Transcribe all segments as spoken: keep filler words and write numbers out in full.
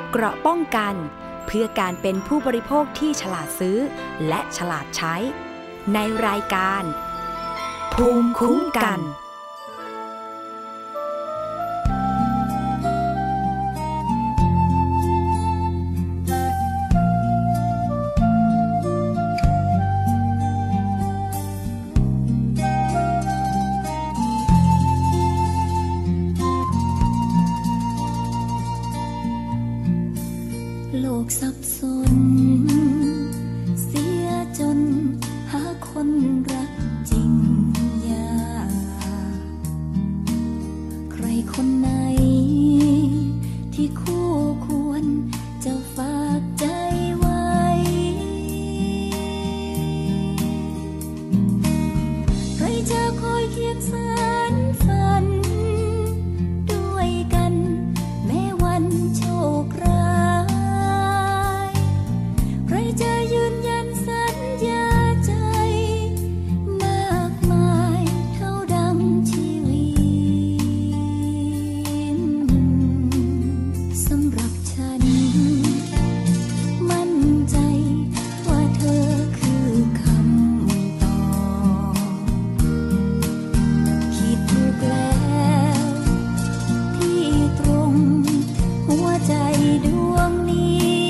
เกราะป้องกันเพื่อการเป็นผู้บริโภคที่ฉลาดซื้อและฉลาดใช้ในรายการภูมิคุ้มกันโลกสับสนเสียจนหาคนรักจริงยากใครคนไหนที่คู่ควรจะฝากใจไว้ใครจะคอยเคียงสานฝันด้วยกันแม้วันโชคร้ายจะยืนยันสัญญาใจมากมายเท่าดังชีวิตสำหรับฉันมั่นใจว่าเธอคือคำตอบคิดถูกแล้วที่ตรงหัวใจดวงนี้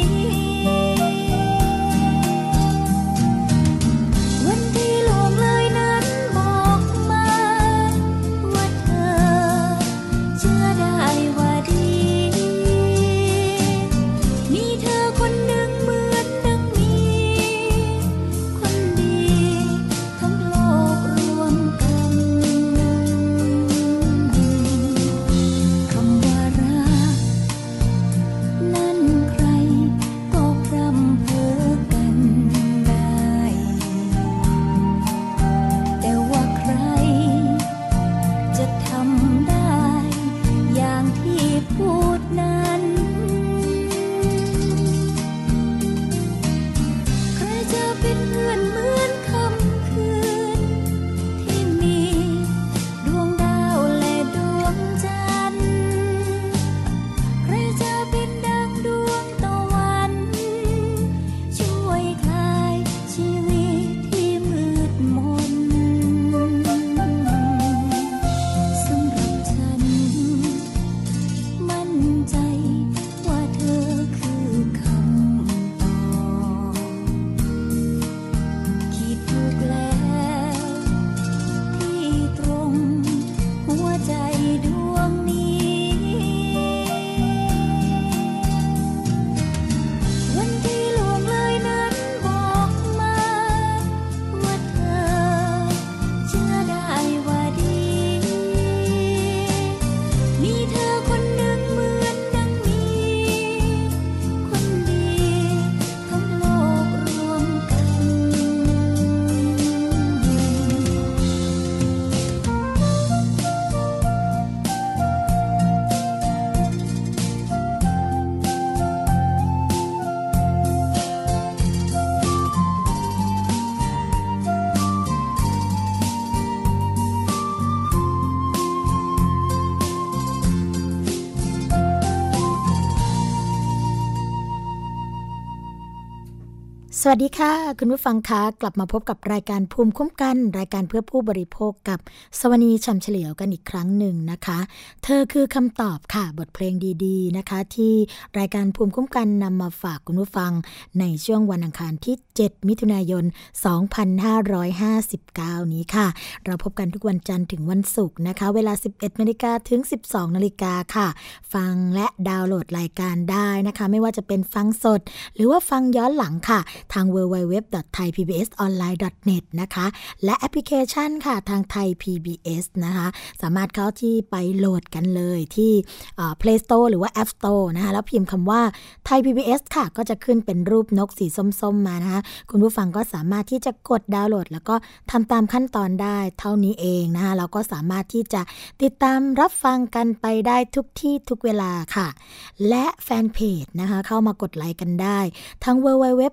สวัสดีค่ะคุณผู้ฟังคะกลับมาพบกับรายการภูมิคุ้มกันรายการเพื่อผู้บริโภคกับสวนีช่ำเฉลียวกันอีกครั้งหนึ่งนะคะเธอคือคำตอบค่ะบทเพลงดีๆนะคะที่รายการภูมิคุ้มกันนำมาฝากคุณผู้ฟังในช่วงวันอังคารที่เจ็ดมิถุนายนสองพันห้าร้อยห้าสิบเก้านี้ค่ะเราพบกันทุกวันจันทร์ถึงวันศุกร์นะคะเวลา สิบเอ็ดนาฬิกา ถึง สิบสองนาฬิกาค่ะฟังและดาวน์โหลดรายการได้นะคะไม่ว่าจะเป็นฟังสดหรือว่าฟังย้อนหลังค่ะทาง ดับเบิลยู ดับเบิลยู ดับเบิลยู ดอท ไทย พี บี เอส ออนไลน์ ดอท เน็ต นะคะและแอปพลิเคชันค่ะทางไทย พี บี เอส นะคะสามารถเข้าที่ไปโหลดกันเลยที่ Play Store หรือว่า App Store นะคะแล้วพิมพ์คำว่าไทย พี บี เอส ค่ะก็จะขึ้นเป็นรูปนกสีส้มๆมานะคะคุณผู้ฟังก็สามารถที่จะกดดาวน์โหลดแล้วก็ทำตามขั้นตอนได้เท่านี้เองนะคะเราก็สามารถที่จะติดตามรับฟังกันไปได้ทุกที่ทุกเวลาค่ะและแฟนเพจนะคะเข้ามากดไลค์กันได้ทั้ง ดับเบิลยู ดับเบิลยู ดับเบิลยู ดอท เฟซ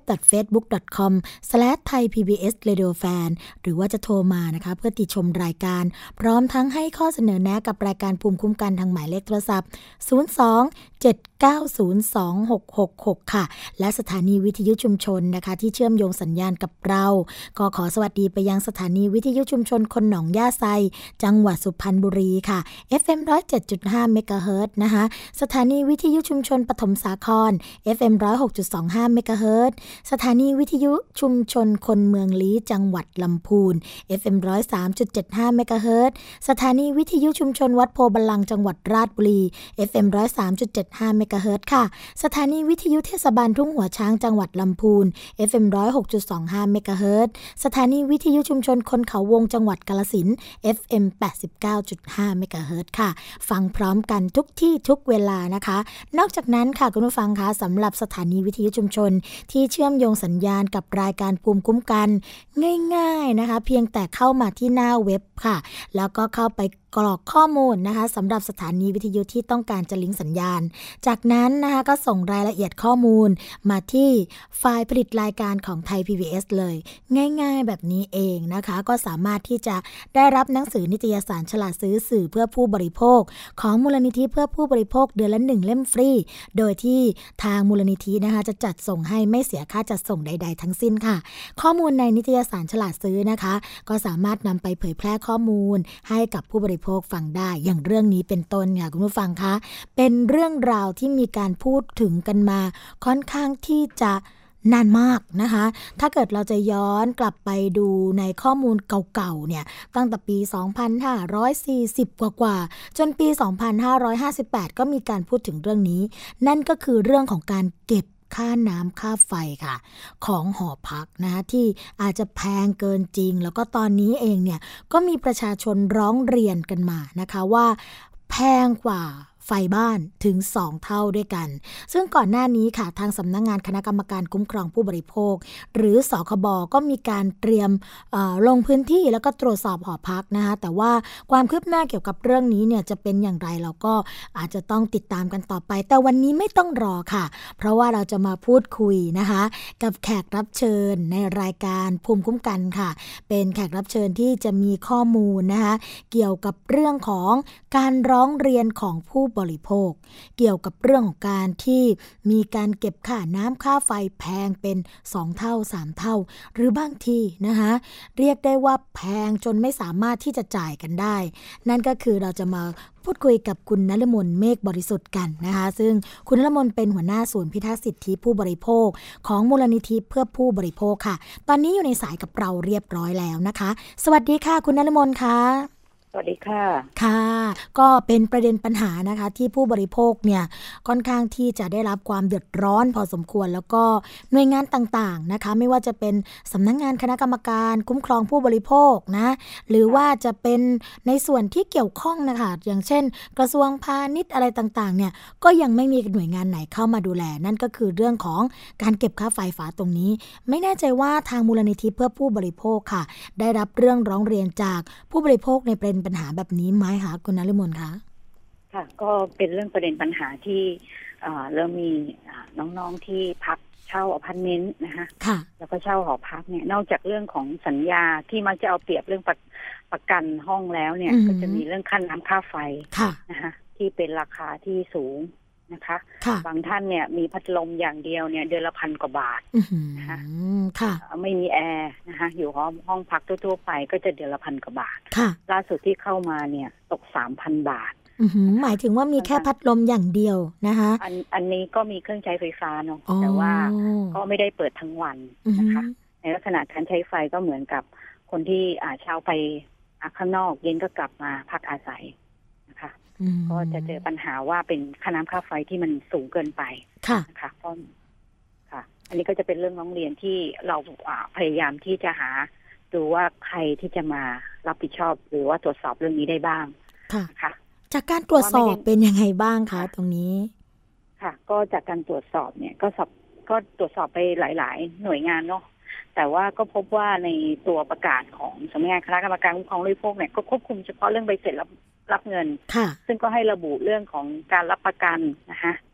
เฟซบุ๊ก ดอท คอม สแลช ไทย พี บี เอส เรดิโอ แฟน หรือว่าจะโทรมานะคะเพื่อติชมรายการพร้อมทั้งให้ข้อเสนอแนะกับรายการภูมิคุ้มกันทางหมายเลขโทรศัพท์ศูนย์ สอง เจ็ด เก้า ศูนย์ สอง หก หก หกค่ะและสถานีวิทยุชุมชนนะคะที่เชื่อมโยงสัญญาณกับเราก็ขอสวัสดีไปยังสถานีวิทยุชุมชนคนหนองย่าไซจังหวัดสุพรรณบุรีค่ะ เอฟ เอ็ม หนึ่งร้อยเจ็ดจุดห้า เมกะเฮิรตซ์นะคะสถานีวิทยุชุมชนปฐมสาคร เอฟ เอ็ม หนึ่งร้อยหกจุดสองห้า เมกะเฮิรตซ์สถานีวิทยุชุมชนคนเมืองลี้จังหวัดลำพูน เอฟ เอ็ม หนึ่งร้อยสามจุดเจ็ดห้า เมกะเฮิรตซ์สถานีวิทยุชุมชนวัดโพบัลลังก์จังหวัดราชบุรี เอฟ เอ็ม หนึ่งร้อยสามจุดเจ็ดห้า เมกะเฮิรตซ์ค่ะสถานีวิทยุเทศบาลทุ่งหัวช้างจังหวัดลำพูน เอฟ เอ็ม หนึ่งร้อยหกจุดสองห้า เมกะเฮิรตซ์สถานีวิทยุชุมชนคนเขาวงจังหวัดกาฬสินธุ์ เอฟ เอ็ม แปดสิบเก้าจุดห้า เมกะเฮิรตซ์ค่ะฟังพร้อมกันทุกที่ทุกเวลานะคะนอกจากนั้นค่ะคุณผู้ฟังคะสำหรับสถานีวิทยุชุมชนที่เชื่อมโยงสัญญาณกับรายการภูมิคุ้มกันง่ายๆนะคะเพียงแต่เข้ามาที่หน้าเว็บค่ะแล้วก็เข้าไปกรอกข้อมูลนะคะสำหรับสถานีวิทยุที่ต้องการจะลิงก์สัญญาณจากนั้นนะคะก็ส่งรายละเอียดข้อมูลมาที่ไฟล์ผลิตรายการของไทย พี บี เอส เลยง่ายๆแบบนี้เองนะคะก็สามารถที่จะได้รับหนังสือนิตยสารฉลาดซื้อสื่อเพื่อผู้บริโภคของมูลนิธิเพื่อผู้บริโภคเดือนละหนึ่งเล่มฟรีโดยที่ทางมูลนิธินะคะจะจัดส่งให้ไม่เสียค่าจัดส่งใดๆทั้งสิ้นค่ะข้อมูลในนิตยสารฉลาดซื้อนะคะก็สามารถนำไปเผยแพร่ข้อมูลให้กับผู้บริโภคฟังได้อย่างเรื่องนี้เป็นต้นค่ะคุณผู้ฟังคะเป็นเรื่องราวที่มีการพูดถึงกันมาค่อนข้างที่จะนานมากนะคะถ้าเกิดเราจะย้อนกลับไปดูในข้อมูลเก่าๆเนี่ยตั้งแต่ปีสองพันห้าร้อยสี่สิบกว่าๆจนปีสองพันห้าร้อยห้าสิบแปดก็มีการพูดถึงเรื่องนี้นั่นก็คือเรื่องของการเก็บค่าน้ำค่าไฟค่ะของหอพักนะคะที่อาจจะแพงเกินจริงแล้วก็ตอนนี้เองเนี่ยก็มีประชาชนร้องเรียนกันมานะคะว่าแพงกว่าไฟบ้านถึงสองเท่าด้วยกันซึ่งก่อนหน้านี้ค่ะทางสำนักงานคณะกรรมการคุ้มครองผู้บริโภคหรือสคบก็มีการเตรียมลงพื้นที่แล้วก็ตรวจสอบหอพักนะคะแต่ว่าความคืบหน้าเกี่ยวกับเรื่องนี้เนี่ยจะเป็นอย่างไรเราก็อาจจะต้องติดตามกันต่อไปแต่วันนี้ไม่ต้องรอค่ะเพราะว่าเราจะมาพูดคุยนะคะกับแขกรับเชิญในรายการภูมิคุ้มกันค่ะเป็นแขกรับเชิญที่จะมีข้อมูลนะคะเกี่ยวกับเรื่องของการร้องเรียนของผู้บริโภคเกี่ยวกับเรื่องของการที่มีการเก็บค่าน้ำค่าไฟแพงเป็นสองเท่าสามเท่าหรือบางทีนะคะเรียกได้ว่าแพงจนไม่สามารถที่จะจ่ายกันได้นั่นก็คือเราจะมาพูดคุยกับคุณนฤมลเมฆบริสุทธิ์กันนะคะซึ่งคุณนฤมลเป็นหัวหน้าศูนย์พิทักษ์สิทธิผู้บริโภคของมูลนิธิเพื่อผู้บริโภคค่ะตอนนี้อยู่ในสายกับเราเรียบร้อยแล้วนะคะสวัสดีค่ะคุณนฤมลค่ะสวัสดีค่ะค่ะก็เป็นประเด็นปัญหานะคะที่ผู้บริโภคเนี่ยค่อนข้างที่จะได้รับความเดือดร้อนพอสมควรแล้วก็หน่วยงานต่างๆนะคะไม่ว่าจะเป็นสำนักงานคณะกรรมการคุ้มครองผู้บริโภคนะหรือว่าจะเป็นในส่วนที่เกี่ยวข้องนะคะอย่างเช่นกระทรวงพาณิชย์อะไรต่างๆเนี่ยก็ยังไม่มีหน่วยงานไหนเข้ามาดูแลนั่นก็คือเรื่องของการเก็บค่าไฟฟ้าตรงนี้ไม่แน่ใจว่าทางมูลนิธิเพื่อผู้บริโภคค่ะได้รับเรื่องร้องเรียนจากผู้บริโภคในประเด็นปัญหาแบบนี้ไหมคะคุณนฤมลคะค่ะก็เป็นเรื่องประเด็นปัญหาที่เริ่มมีน้องๆที่พักเช่าอพาร์ตเมนต์นะคะค่ะแล้วก็เช่าหอพักเนี่ยนอกจากเรื่องของสัญญาที่มักจะเอาเปรียบเรื่องประ, ประกันห้องแล้วเนี่ยก็จะมีเรื่องค่าน้ำค่าไฟนะคะที่เป็นราคาที่สูงนะคะบางท่านเนี่ยมีพัดลมอย่างเดียวเนี่ยเดือนละพันกว่าบาทนะคะไม่มีแอร์นะคะอยู่ห้องห้องพักทั่วๆไปก็จะเดือนละพันกว่าบาทล่าสุดที่เข้ามาเนี่ยตก สามพัน บาทหมายถึงว่ามีแค่พัดลมอย่างเดียวนะคะอันอันนี้ก็มีเครื่องใช้ไฟฟ้าเนาะแต่ว่าก็ไม่ได้เปิดทั้งวันนะคะในลักษณะการใช้ไฟก็เหมือนกับคนที่อ่าเช่าไปข้างนอกเย็นก็กลับมาพักอาศัยนะคะก็จะเจอปัญหาว่าเป็นค่าน้ำค่าไฟที่มันสูงเกินไปค่ะนะคะก็ค่ะอันนี้ก็จะเป็นเรื่องร้องเรียนที่เราพยายามที่จะหาดูว่าใครที่จะมารับผิดชอบหรือว่าตรวจสอบเรื่องนี้ได้บ้างค่ะจากการตรวจสอบเป็นยังไงบ้างคะตรงนี้ค่ะก็จากการตรวจสอบเนี่ยก็สอบก็ตรวจสอบไปหลายๆหน่วยงานเนาะแต่ว่าก็พบว่าในตัวประกาศของสำนักงานคณะกรรมการคุ้มครองผู้บริโภคเนี่ยก็ควบคุมเฉพาะเรื่องใบเสร็จรับรับเงินซึ่งก็ให้ระบุเรื่องของการรับประกันนะคะ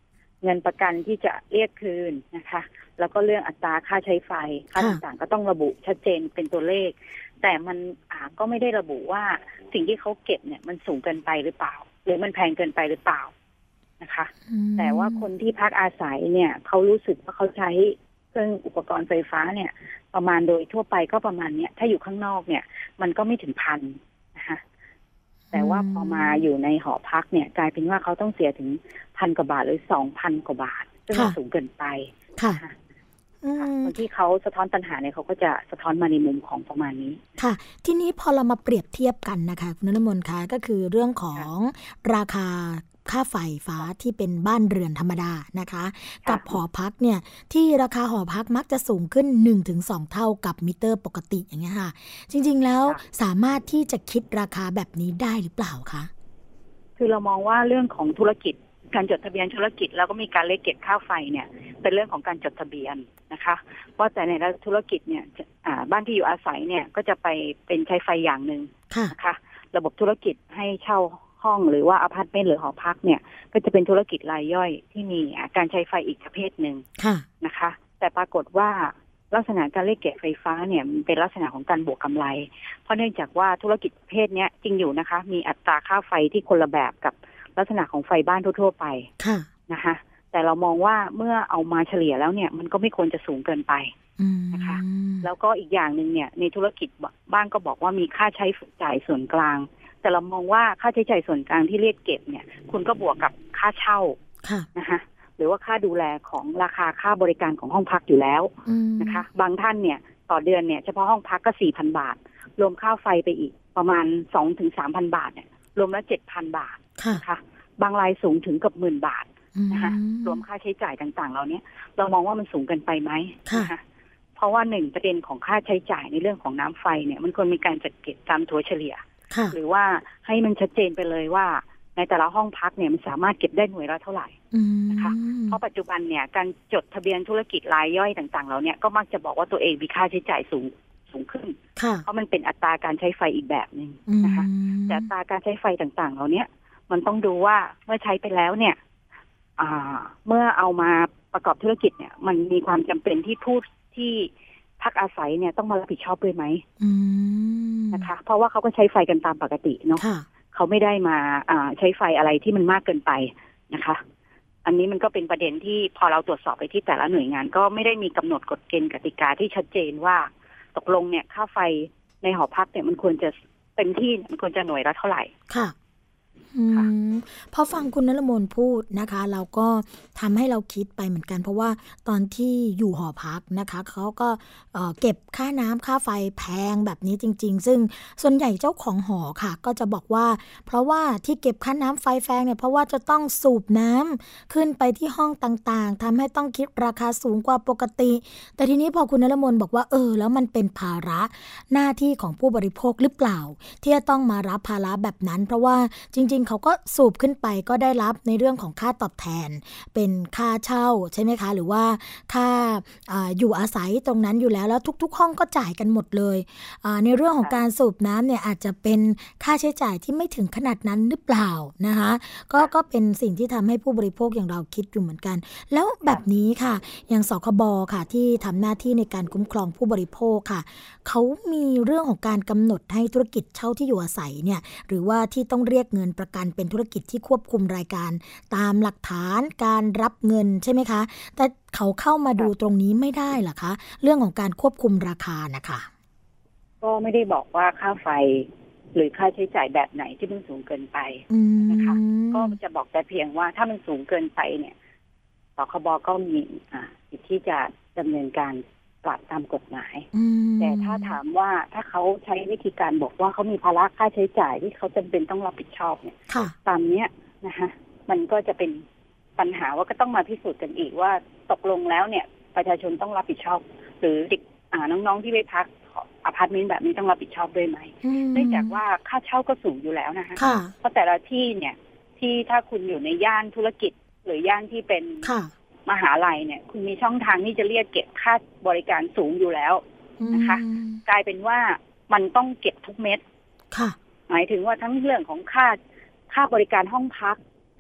เงินประกันที่จะเรียกคืนนะคะแล้วก็เรื่องอัตราค่าใช้ไฟค่าต่างๆก็ต้องระบุชัดเจนเป็นตัวเลขแต่มันก็ไม่ได้ระบุว่าสิ่งที่เขาเก็บเนี่ยมันสูงเกินไปหรือเปล่าหรือมันแพงเกินไปหรือเปล่านะคะแต่ว่าคนที่พักอาศัยเนี่ยเขารู้สึกว่าเขาใช้เครื่องอุปกรณ์ไฟฟ้าเนี่ยประมาณโดยทั่วไปก็ประมาณเนี้ยถ้าอยู่ข้างนอกเนี่ยมันก็ไม่ถึงพันนะคะแต่ว่าพอมาอยู่ในหอพักเนี่ยกลายเป็นว่าเขาต้องเสียถึงพันกว่าบาทหรือสองพันกว่าบาทซึ่งมันสูงเกินไปค่ะคนที่เขาสะท้อนปัญหาเนี่ยเขาก็จะสะท้อนมาในมุมของประมาณนี้ค่ะทีนี้พอเรามาเปรียบเทียบกันนะคะคุณนฤมลคะก็คือเรื่องของราคาค่าไฟฟ้าที่เป็นบ้านเรือนธรรมดานะคะกับหอพักเนี่ยที่ราคาหอพักมักจะสูงขึ้น หนึ่งถึงสอง เท่ากับมิเตอร์ปกติอย่างเงี้ยค่ะจริงๆแล้วสามารถที่จะคิดราคาแบบนี้ได้หรือเปล่าคะคือเรามองว่าเรื่องของธุรกิจการจดทะเบียนธุรกิจแล้วก็มีการเลขเก็บค่าไฟเนี่ยเป็นเรื่องของการจดทะเบียนนะคะเพราะแต่ในธุรกิจเนี่ยบ้านที่อยู่อาศัยเนี่ยก็จะไปเป็นใช้ไฟอย่างหนึ่งนะคะระบบธุรกิจให้เช่าห้องหรือว่าอพาร์ตเมนต์หรือหอพักเนี่ยก็จะเป็นธุรกิจรายย่อยที่มีการใช้ไฟอีกประเภทหนึ่งนะคะแต่ปรากฏว่าลักษณะการเลขเก็บไฟฟ้าเนี่ยมันเป็นลักษณะของการบวกกำไรเพราะเนื่องจากว่าธุรกิจประเภทนี้จริงอยู่นะคะมีอัตราค่าไฟที่คนละแบบกับลักษณะของไฟบ้านทั่วๆไปนะคะแต่เรามองว่าเมื่อเอามาเฉลี่ยแล้วเนี่ยมันก็ไม่ควรจะสูงเกินไปนะคะแล้วก็อีกอย่างหนึ่งเนี่ยในธุรกิจบ้านก็บอกว่ามีค่าใช้จ่ายส่วนกลางแต่เรามองว่าค่าใช้จ่ายส่วนกลางที่เรียกเก็บเนี่ยคุณก็บวกกับค่าเช่านะคะหรือว่าค่าดูแลของราคาค่าบริการของห้องพักอยู่แล้วนะคะบางท่านเนี่ยต่อเดือนเนี่ยเฉพาะห้องพักก็ สี่พัน บาทรวมค่าไฟไปอีกประมาณ สองถึงสามพัน บาทเนี่ยรวมแล้ว เจ็ดพัน บาทนะคะบางรายสูงถึงกับหมื่นบาทนะคะรวมค่าใช้จ่ายต่างๆเราเนี่ยเรามองว่ามันสูงเกินไปไหมนะคะเพราะว่าหนึ่งประเด็นของค่าใช้จ่ายในเรื่องของน้ำไฟเนี่ยมันควรมีการจัดเก็บตามถัวเฉลี่ยหรือว่าให้มันชัดเจนไปเลยว่าในแต่ละห้องพักเนี่ยมันสามารถเก็บได้หน่วยละเท่าไหร่นะคะเพราะปัจจุบันเนี่ยการจดทะเบียนธุรกิจรายย่อยต่างๆเราเนี่ยก็มักจะบอกว่าตัวเองมีค่าใช้จ่ายสูงสูงขึ้นเพราะมันเป็นอัตราการใช้ไฟอีกแบบนึงนะคะแต่อัตราการใช้ไฟต่างๆเราเนี่ยมันต้องดูว่าเมื่อใช้ไปแล้วเนี่ยเมื่อเอามาประกอบธุรกิจเนี่ยมันมีความจำเป็นที่ผู้ที่พักอาศัยเนี่ยต้องมารับผิดชอบด้วยไหมนะคะเพราะว่าเขาก็ใช้ไฟกันตามปกติเนาะเขาไม่ได้มาใช้ไฟอะไรที่มันมากเกินไปนะคะอันนี้มันก็เป็นประเด็นที่พอเราตรวจสอบไปที่แต่ละหน่วยงานก็ไม่ได้มีกำหนดกฎเกณฑ์กติกาที่ชัดเจนว่าตกลงเนี่ยค่าไฟในหอพักเนี่ยมันควรจะเต็มที่มันควรจะหน่วยละเท่าไหร่ค่ะพอฟังคุณนฤมลพูดนะคะเราก็ทำให้เราคิดไปเหมือนกันเพราะว่าตอนที่อยู่หอพักนะคะเขาก็เอ่อเก็บค่าน้ำค่าไฟแพงแบบนี้จริงๆซึ่งส่วนใหญ่เจ้าของหอค่ะก็จะบอกว่าเพราะว่าที่เก็บค่าน้ำไฟแพงเนี่ยเพราะว่าจะต้องสูบน้ำขึ้นไปที่ห้องต่างๆทำให้ต้องคิดราคาสูงกว่าปกติแต่ทีนี้พอคุณนฤมลบอกว่าเออแล้วมันเป็นภาระหน้าที่ของผู้บริโภคหรือเปล่าที่จะต้องมารับภาระแบบนั้นเพราะว่าจริงๆเขาก็สูบขึ้นไปก็ได้รับในเรื่องของค่าตอบแทนเป็นค่าเช่าใช่ไหมคะหรือว่าค่า อ, อยู่อาศัยตรงนั้นอยู่แล้วแล้วทุกๆห้องก็จ่ายกันหมดเลยในเรื่องของการสูบน้ำเนี่ยอาจจะเป็นค่าใช้จ่ายที่ไม่ถึงขนาดนั้นหรือเปล่านะคะก็ก็เป็นสิ่งที่ทำให้ผู้บริโภคอย่างเราคิดอยู่เหมือนกันแล้วแบบนี้ค่ะอย่างสคบค่ะที่ทำหน้าที่ในการคุ้มครองผู้บริโภคค่ะเขามีเรื่องของการกำหนดให้ธุรกิจเช่าที่อยู่อาศัยเนี่ยหรือว่าที่ต้องเรียกเงินประกันเป็นธุรกิจที่ควบคุมรายการตามหลักฐานการรับเงินใช่ไหมคะแต่เขาเข้ามาดูตรงนี้ไม่ได้เหรอคะเรื่องของการควบคุมราคานะคะก็ไม่ได้บอกว่าค่าไฟหรือค่าใช้จ่ายแบบไหนที่มันสูงเกินไปนะคะก็จะบอกแต่เพียงว่าถ้ามันสูงเกินไปเนี่ยสคบก็มีสิทธิ์ที่จะดำเนินการปรับตามกฎหมายแต่ถ้าถามว่าถ้าเขาใช้วิธีการบอกว่าเขามีภาระค่าใช้จ่ายที่เขาจำเป็นต้องรับผิดชอบเนี่ยตามเนี้ยนะคะมันก็จะเป็นปัญหาว่าก็ต้องมาพิสูจน์กันอีกว่าตกลงแล้วเนี่ยประชาชนต้องรับผิดชอบหรือเด็กน้องๆที่ไปพักอพาร์ตเมนต์แบบนี้ต้องรับผิดชอบด้วยไหมเนื่องจากว่าค่าเช่าก็สูงอยู่แล้วนะคะเพราะแต่ละที่เนี่ยที่ถ้าคุณอยู่ในย่านธุรกิจหรือย่านที่เป็นมหาลัยเนี่ยคุณมีช่องทางที่จะเรียกเก็บค่าบริการสูงอยู่แล้วนะคะกลายเป็นว่ามันต้องเก็บทุกเม็ดหมายถึงว่าทั้งเรื่องของค่าค่าบริการห้องพักซึ่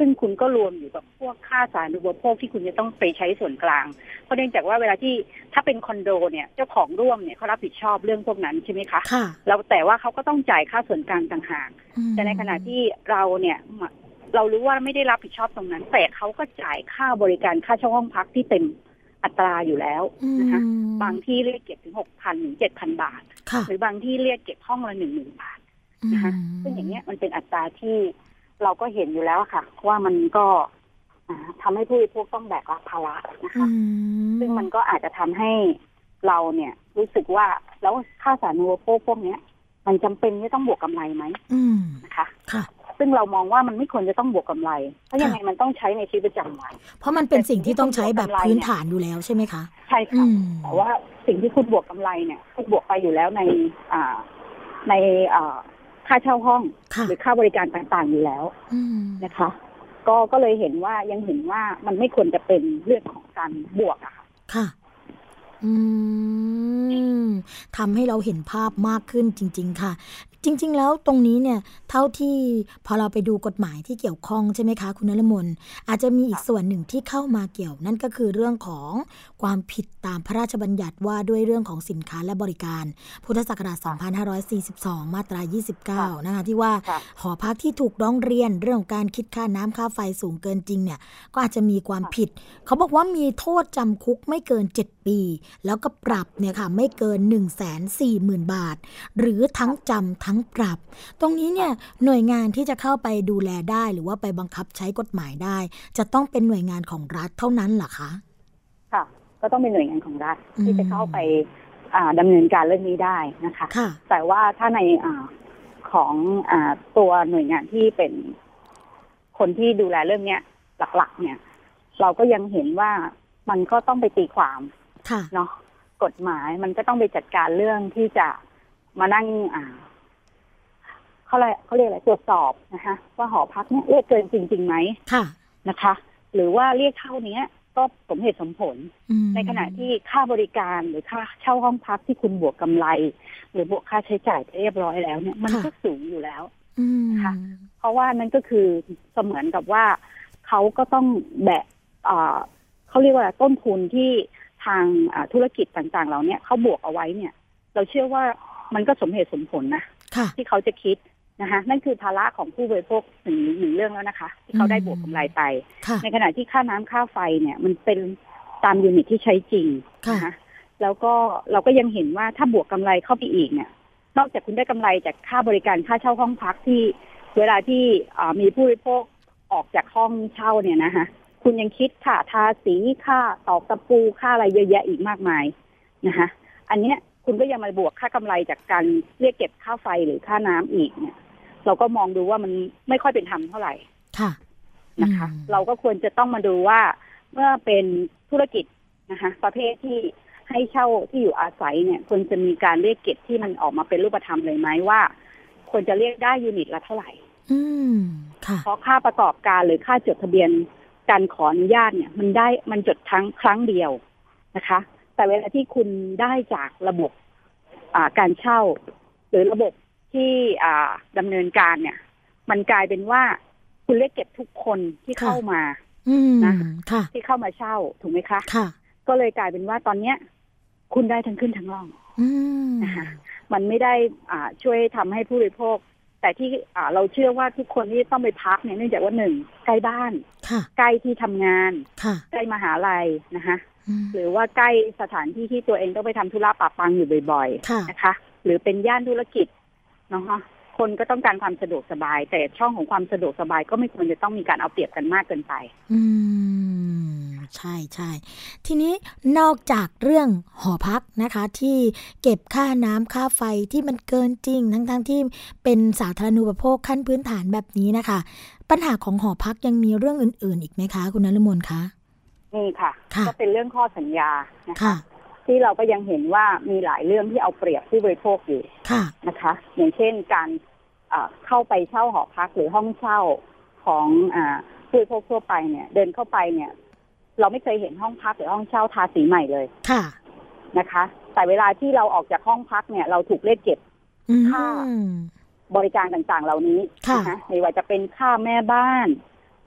ซึ่งคุณก็รวมอยู่กับพวกค่าสาธารณูปโภคที่คุณจะต้องไปใช้ส่วนกลางเพราะเนื่องจากว่าเวลาที่ถ้าเป็นคอนโดเนี่ยเจ้าของร่วมเนี่ยเขารับผิดชอบเรื่องพวกนั้นใช่ไหมคะค่ะแล้วแต่ว่าเขาก็ต้องจ่ายค่าส่วนกลางต่างหากแต่ในขณะที่เราเนี่ยเรารู้ว่าไม่ได้รับผิดชอบตรงนั้นแต่เขาก็จ่ายค่าบริการค่าเช่าห้องพักที่เต็มอัตราอยู่แล้วนะคะบางที่เรียกเก็บถึงหกพันถึงเจ็ดพันบาทหรือบางที่เรียกเก็บห้องละหนึ่งหมื่นบาทนะคะซึ่งอย่างเงี้ยมันเป็นอัตราที่เราก็เห็นอยู่แล้วค่ะว่ามันก็ทำให้ผู้บริโภคต้องแบกรับภาระนะคะซึ่งมันก็อาจจะทำให้เราเนี่ยรู้สึกว่าแล้วค่าสาธารณูปโภคพวกนี้มันจำเป็นที่ต้องบวกกำไรไหมนะคะซึ่งเรามองว่ามันไม่ควรจะต้องบวกกำไรเพราะยังไงมันต้องใช้ในชีวิตประจำวันเพราะมันเป็นสิ่งที่ต้องใช้แบบพื้นฐานอยู่แล้วใช่ไหมคะใช่ค่ะแต่ว่าสิ่งที่คุณบวกกำไรเนี่ยคุณบวกไปอยู่แล้วในอ่าในอ่าค่าเช่าห้องหรือค่าบริการต่างๆอยู่แล้วนะคะก็ก็เลยเห็นว่ายังเห็นว่ามันไม่ควรจะเป็นเรื่องของการบวกอะค่ะค่ะอืมทำให้เราเห็นภาพมากขึ้นจริงๆค่ะจริงๆแล้วตรงนี้เนี่ยเท่าที่พอเราไปดูกฎหมายที่เกี่ยวข้องใช่ไหมคะคุณนฤมลอาจจะมีอีกส่วนหนึ่งที่เข้ามาเกี่ยวนั่นก็คือเรื่องของความผิดตามพระราชบัญญัติว่าด้วยเรื่องของสินค้าและบริการพุทธศักราชสองพันห้าร้อยสี่สิบสองมาตรายี่สิบเก้านะคะที่ว่าหอพักที่ถูกร้องเรียนเรื่องของการคิดค่าน้ำค่าไฟสูงเกินจริงเนี่ยก็อาจจะมีความผิดเขาบอกว่ามีโทษจำคุกไม่เกินเจ็ดปีแล้วก็ปรับเนี่ยค่ะไม่เกิน หนึ่งแสนสี่หมื่น บาทหรือทั้งจำทั้งปรับตรงนี้เนี่ยหน่วยงานที่จะเข้าไปดูแลได้หรือว่าไปบังคับใช้กฎหมายได้จะต้องเป็นหน่วยงานของรัฐเท่านั้นเหรอคะค่ะก็ต้องเป็นหน่วยงานของรัฐที่จะเข้าไปดำเนินการเรื่องนี้ได้นะคะแต่ว่าถ้าในอของอตัวหน่วยงานที่เป็นคนที่ดูแลเรื่องนี้หลักๆเนี่ยเราก็ยังเห็นว่ามันก็ต้องไปตีความเนาะกฎหมายมันก็ต้องไปจัดการเรื่องที่จะมานั่งอ่าเขาเรียกเขาเรียกอะไรตรวจสอบนะคะว่าหอพักเนี่ยเรียกเกินจริงๆไหมนะคะหรือว่าเรียกเท่านี้ก็สมเหตุสมผลในขณะที่ค่าบริการหรือค่าเช่าห้องพักที่คุณบวกกำไรหรือบวกค่าใช้จ่ายเรียบร้อยแล้วเนี่ยมันก็สูงอยู่แล้วนะคะเพราะว่านั่นก็คือเสมือนกับว่าเขาก็ต้องแบกเขาเรียกว่าต้นทุนที่ทางธุรกิจต่างๆเราเนี่ยเขาบวกเอาไว้เนี่ยเราเชื่อว่ามันก็สมเหตุสมผลนะที่เขาจะคิดนะคะนั่นคือภาระของผู้บริโภคหนึ่งหนึ่งเรื่องแล้วนะคะที่เขาได้บวกกำไรไปในขณะที่ค่าน้ำค่าไฟเนี่ยมันเป็นตามยูนิตที่ใช้จริงนะคะแล้วก็เราก็ยังเห็นว่าถ้าบวกกำไรเข้าไปอีกเนี่ยนอกจากคุณได้กำไรจากค่าบริการค่าเช่าห้องพักที่เวลาที่มีผู้บริโภคออกจากห้องเช่าเนี่ยนะคะคุณยังคิดค่าทาสีค่าตอกตะปูค่าอะไรเยอะแยะอีกมากมายนะคะอันเนี้ยคุณก็ยังมาบวกค่ากำไรจากการเรียกเก็บค่าไฟหรือค่าน้ำอีกเนี่ยเราก็มองดูว่ามันไม่ค่อยเป็นธรรมเท่าไหร่นะคะเราก็ควรจะต้องมาดูว่าเมื่อเป็นธุรกิจนะคะประเภทที่ให้เช่าที่อยู่อาศัยเนี่ยควรจะมีการเรียกเก็บที่มันออกมาเป็นรูปธรรมเลยไหมว่าควรจะเรียกได้ยูนิตละเท่าไหร่เพราะค่าประกอบการหรือค่าจดทะเบียนการขออนุญาตเนี่ยมันได้มันจดทั้งครั้งเดียวนะคะแต่เวลาที่คุณได้จากระบบการเช่าหรือระบบที่ดำเนินการเนี่ยมันกลายเป็นว่าคุณเรียกเก็บทุกคนที่เข้ามานะที่เข้ามาเช่าถูกไหมคะก็เลยกลายเป็นว่าตอนเนี้ยคุณได้ทั้งขึ้นทั้งล่องนะคะมันไม่ได้ช่วยทำให้ผู้บริโภคแต่ที่เราเชื่อว่าทุกคนที่ต้องไปพักเนี่ยเนื่องจากว่าหนึ่งใกล้บ้านใกล้ที่ทำงานใกล้มหาลัยนะคะหรือว่าใกล้สถานที่ที่ตัวเองต้องไปทำธุระปะปังอยู่บ่อยๆนะคะหรือเป็นย่านธุรกิจเนาะคนก็ต้องการความสะดวกสบายแต่ช่องของความสะดวกสบายก็ไม่ควรจะต้องมีการเอาเปรียบกันมากเกินไปอืมใช่ใช่ทีนี้นอกจากเรื่องหอพักนะคะที่เก็บค่าน้ำค่าไฟที่มันเกินจริงทั้งทั้งที่เป็นสาธารณูปโภคขั้นพื้นฐานแบบนี้นะคะปัญหาของหอพักยังมีเรื่องอื่นๆอีกไหมคะคุณนฤมลคะนี่ค่ะก็เป็นเรื่องข้อสัญญานะคะที่เราก็ยังเห็นว่ามีหลายเรื่องที่เอาเปรียบผู้บริโภคอยู่นะคะอย่างเช่นการเข้าไปเช่าหอพักหรือห้องเช่าของผู้บริโภคทั่วไปเนี่ยเดินเข้าไปเนี่ยเราไม่เคยเห็นห้องพักหรือห้องเช่าทาสีใหม่เลยนะคะแต่เวลาที่เราออกจากห้องพักเนี่ยเราถูกเรียกเก็บค่าบริการต่างๆเหล่านี้นะคะไม่ว่าจะเป็นค่าแม่บ้าน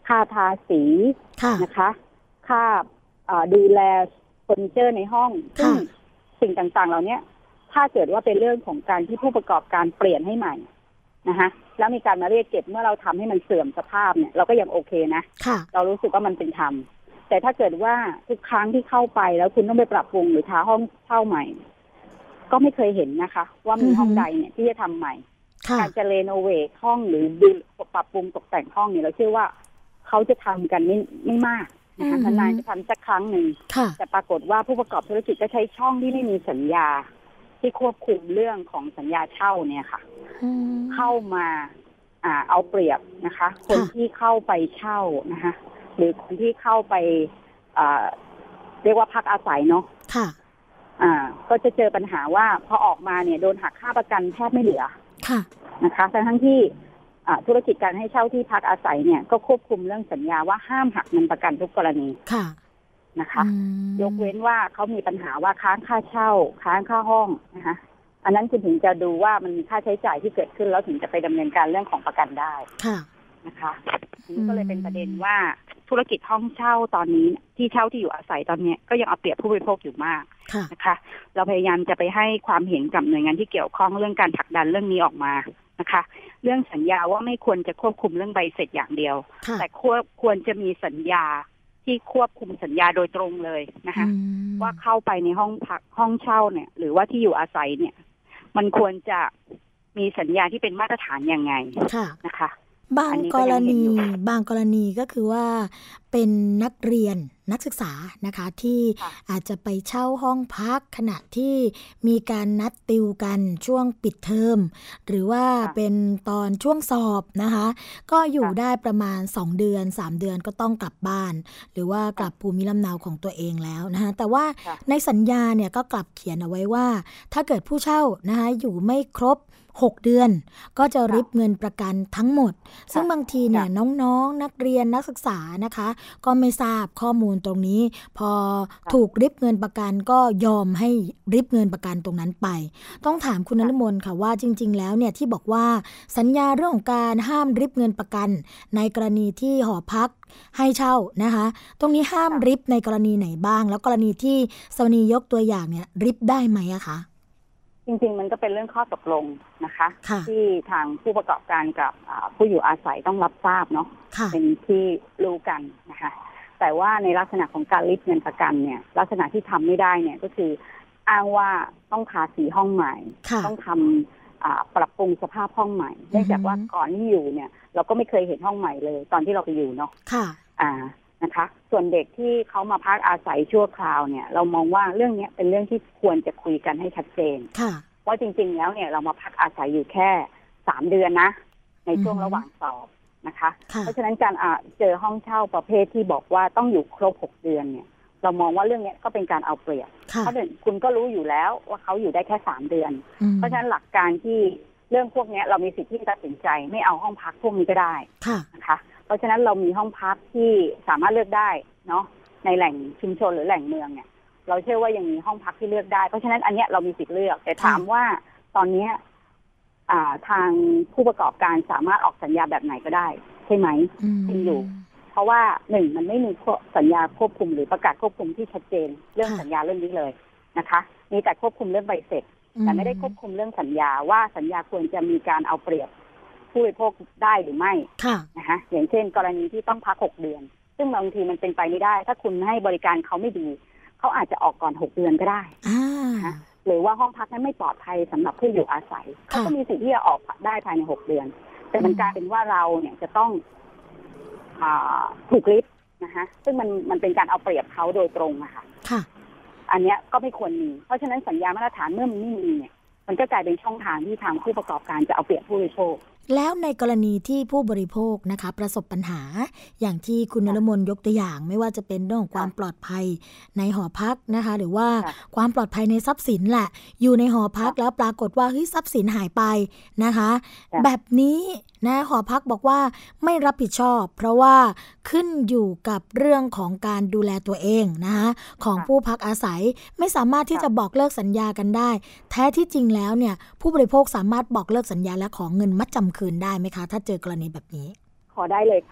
ค่าทาสีนะคะค่าดูแลเฟอร์นิเจอร์ในห้องซึ่งสิ่งต่างๆเหล่านี้ถ้าเกิดว่าเป็นเรื่องของการที่ผู้ประกอบการเปลี่ยนให้ใหม่นะคะแล้วมีการมาเรียกเก็บเมื่อเราทำให้มันเสื่อมสภาพเนี่ยเราก็ยังโอเคนะเรารู้สึกว่ามันเป็นธรรมแต่ถ้าเกิดว่าทุกครั้งที่เข้าไปแล้วคุณต้องไปปรับปรุงหรือทาห้องเช่าใหม่ก็ไม่เคยเห็นนะคะว่ามีห้องใดเนี่ยที่จะทำใหม่การจะเรโนเวทห้องหรือปรับปรุงตกแต่งห้องเนี่ยเราเชื่อว่าเขาจะทำกันไม่ไม่มากนะคะนานๆจะทำสักครั้งหนึ่งแต่ปรากฏว่าผู้ประกอบธุรกิจก็ใช้ช่องที่ไม่มีสัญญาที่ควบคุมเรื่องของสัญญาเช่าเนี่ยค่ะเข้ามาอ่าเอาเปรียบนะคะคนที่เข้าไปเช่านะคะหรือคนที่เข้าไปอ่าเรียกว่าพักอาศัยเนาะค่ะอ่าก็จะเจอปัญหาว่าพอออกมาเนี่ยโดนหักค่าประกันแทบไม่เหลือค่ะนะคะแต่ทั้งที่ธุรกิจการให้เช่าที่พักอาศัยเนี่ยก็ควบคุมเรื่องสัญญาว่าห้ามหักเงินประกันทุกกรณีค่ะนะคะยกเว้นว่าเขามีปัญหาว่าค้างค่าเช่าค้างค่าห้องนะคะอันนั้นคุณถึงจะดูว่ามันมีค่าใช้จ่ายที่เกิดขึ้นแล้วถึงจะไปดำเนินการเรื่องของประกันได้ค่ะนะคะนี่ก็เลยเป็นประเด็นว่าธุรกิจห้องเช่าตอนนี้ที่เช่าที่อยู่อาศัยตอนนี้ก็ยังเอาเปรียบผู้บริโภคอยู่มากนะคะเราพยายามจะไปให้ความเห็นกับหน่วยงานที่เกี่ยวข้องเรื่องการผลักดันเรื่องนี้ออกมานะคะเรื่องสัญญาว่าไม่ควรจะควบคุมเรื่องใบเสร็จอย่างเดียวแต่ควรควรจะมีสัญญาที่ควบคุมสัญญาโดยตรงเลยนะคะว่าเข้าไปในห้องพักห้องเช่าเนี่ยหรือว่าที่อยู่อาศัยเนี่ยมันควรจะมีสัญญาที่เป็นมาตรฐานยังไงนะคะบางกรณีบางกรณีก็คือว่าเป็นนักเรียนนักศึกษานะคะที่อาจจะไปเช่าห้องพักขณะที่มีการนัดติวกันช่วงปิดเทอมหรือว่าเป็นตอนช่วงสอบนะคะก็อยู่ได้ประมาณสองเดือนสามเดือนก็ต้องกลับบ้านหรือว่ากลับภูมิลำเนาของตัวเองแล้วนะคะแต่ว่าในสัญญาเนี่ยก็กลับเขียนเอาไว้ว่าถ้าเกิดผู้เช่านะคะอยู่ไม่ครบหกเดือนก็จะริบเงินประกันทั้งหมดซึ่งบางทีเนี่ยน้องๆนักเรียนนักศึกษานะคะก็ไม่ทราบข้อมูลตรงนี้พอถูกริบเงินประกันก็ยอมให้ริบเงินประกันตรงนั้นไปต้องถามคุณนฤมลค่ะว่าจริงๆแล้วเนี่ยที่บอกว่าสัญญาเรื่องของการห้ามริบเงินประกันในกรณีที่หอพักให้เช่านะคะตรงนี้ห้ามริบในกรณีไหนบ้างแล้วกรณีที่สวนียกตัวอย่างเนี่ยริบได้ไหมอะคะจริงๆมันก็เป็นเรื่องข้อตกลงนะคะที่ทางผู้ประกอบการกับผู้อยู่อาศัยต้องรับทราบเนาะเป็นที่รู้กันนะคะแต่ว่าในลักษณะของการริบเงินประกันเนี่ยลักษณะที่ทำไม่ได้เนี่ยก็คืออ้างว่าต้องทาสีห้องใหม่ต้องทำปรับปรุงสภาพห้องใหม่เนื่องจากว่าก่อนที่อยู่เนี่ยเราก็ไม่เคยเห็นห้องใหม่เลยตอนที่เราไปอยู่เนาะอ่านะคะส่วนเด็กที่เขามาพักอาศัยชั่วคราวเนี่ยเรามองว่าเรื่องนี้เป็นเรื่องที่ควรจะคุยกันให้ชัดเจนว่าจริงๆแล้วเนี่ยเรามาพักอาศัยอยู่แค่สามเดือนนะในช่วงระหว่างสอบนะคะเพราะฉะนั้นการเจอห้องเช่าประเภทที่บอกว่าต้องอยู่ครบหกเดือนเนี่ยเรามองว่าเรื่องนี้ก็เป็นการเอาเปรียบเพราะหนึ่งคุณก็รู้อยู่แล้วว่าเขาอยู่ได้แค่สามเดือนเพราะฉะนั้นหลักการที่เรื่องพวกนี้เรามีสิทธิ์ที่จะตัดสินใจไม่เอาห้องพักพวกนี้ก็ได้นะคะเพราะฉะนั้นเรามีห้องพักที่สามารถเลือกได้เนาะในแหล่งชุมชนหรือแหล่งเมืองเนี่ยเราเชื่อว่ายังมีห้องพักที่เลือกได้เพราะฉะนั้นอันเนี้ยเรามีสิทธิ์เลือกแต่ถามว่าตอนนี้ทางผู้ประกอบการสามารถออกสัญญาแบบไหนก็ได้ใช่ไหมจริงอยู่เพราะว่าหนึ่งมันไม่มีสัญญาควบคุมหรือประกาศควบคุมที่ชัดเจนเรื่องสัญญาเรื่องนี้เลยนะคะมีแต่ควบคุมเรื่องใบเสร็จแต่ไม่ได้ควบคุมเรื่องสัญญาว่าสัญญาควรจะมีการเอาเปรียบผู้บริโภคได้หรือไม่นะคะอย่างเช่นกรณีที่ต้องพักหกเดือนซึ่งบางทีมันเป็นไปไม่ได้ถ้าคุณให้บริการเขาไม่ดีเขาอาจจะออกก่อนหกเดือนก็ได้นะหรือว่าห้องพักนั้นไม่ปลอดภัยสำหรับผู้อยู่อาศัยเขาก็มีสิทธิ์ที่จะออกได้ภายในหกเดือนแต่มันกลายเป็นว่าเราเนี่ยจะต้องถูกริบนะคะซึ่งมันมันเป็นการเอาเปรียบเขาโดยตรงนะคะอันนี้ก็ไม่ควรมีเพราะฉะนั้นสัญญามาตรฐานเมื่อมันไม่มีเนี่ยมันก็กลายเป็นช่องทางที่ทางผู้ประกอบการจะเอาเปรียบผู้บริโภคแล้วในกรณีที่ผู้บริโภคนะคะประสบปัญหาอย่างที่คุณนฤมลยกตัวอย่างไม่ว่าจะเป็นเรื่องของความปลอดภัยในหอพักนะคะหรือว่าความปลอดภัยในทรัพย์สินแหละอยู่ในหอพักแล้วปรากฏว่าเฮ้ยทรัพย์สินหายไปนะคะแบบนี้นะหอพักบอกว่าไม่รับผิดชอบเพราะว่าขึ้นอยู่กับเรื่องของการดูแลตัวเองนะคะของผู้พักอาศัยไม่สามารถที่จะบอกเลิกสัญญากันได้แท้ที่จริงแล้วเนี่ยผู้บริโภคสามารถบอกเลิกสัญญาและขอเงินมัดจำคืนได้ไหมคะถ้าเจอกรณีแบบนี้ขอได้เลยค่ะ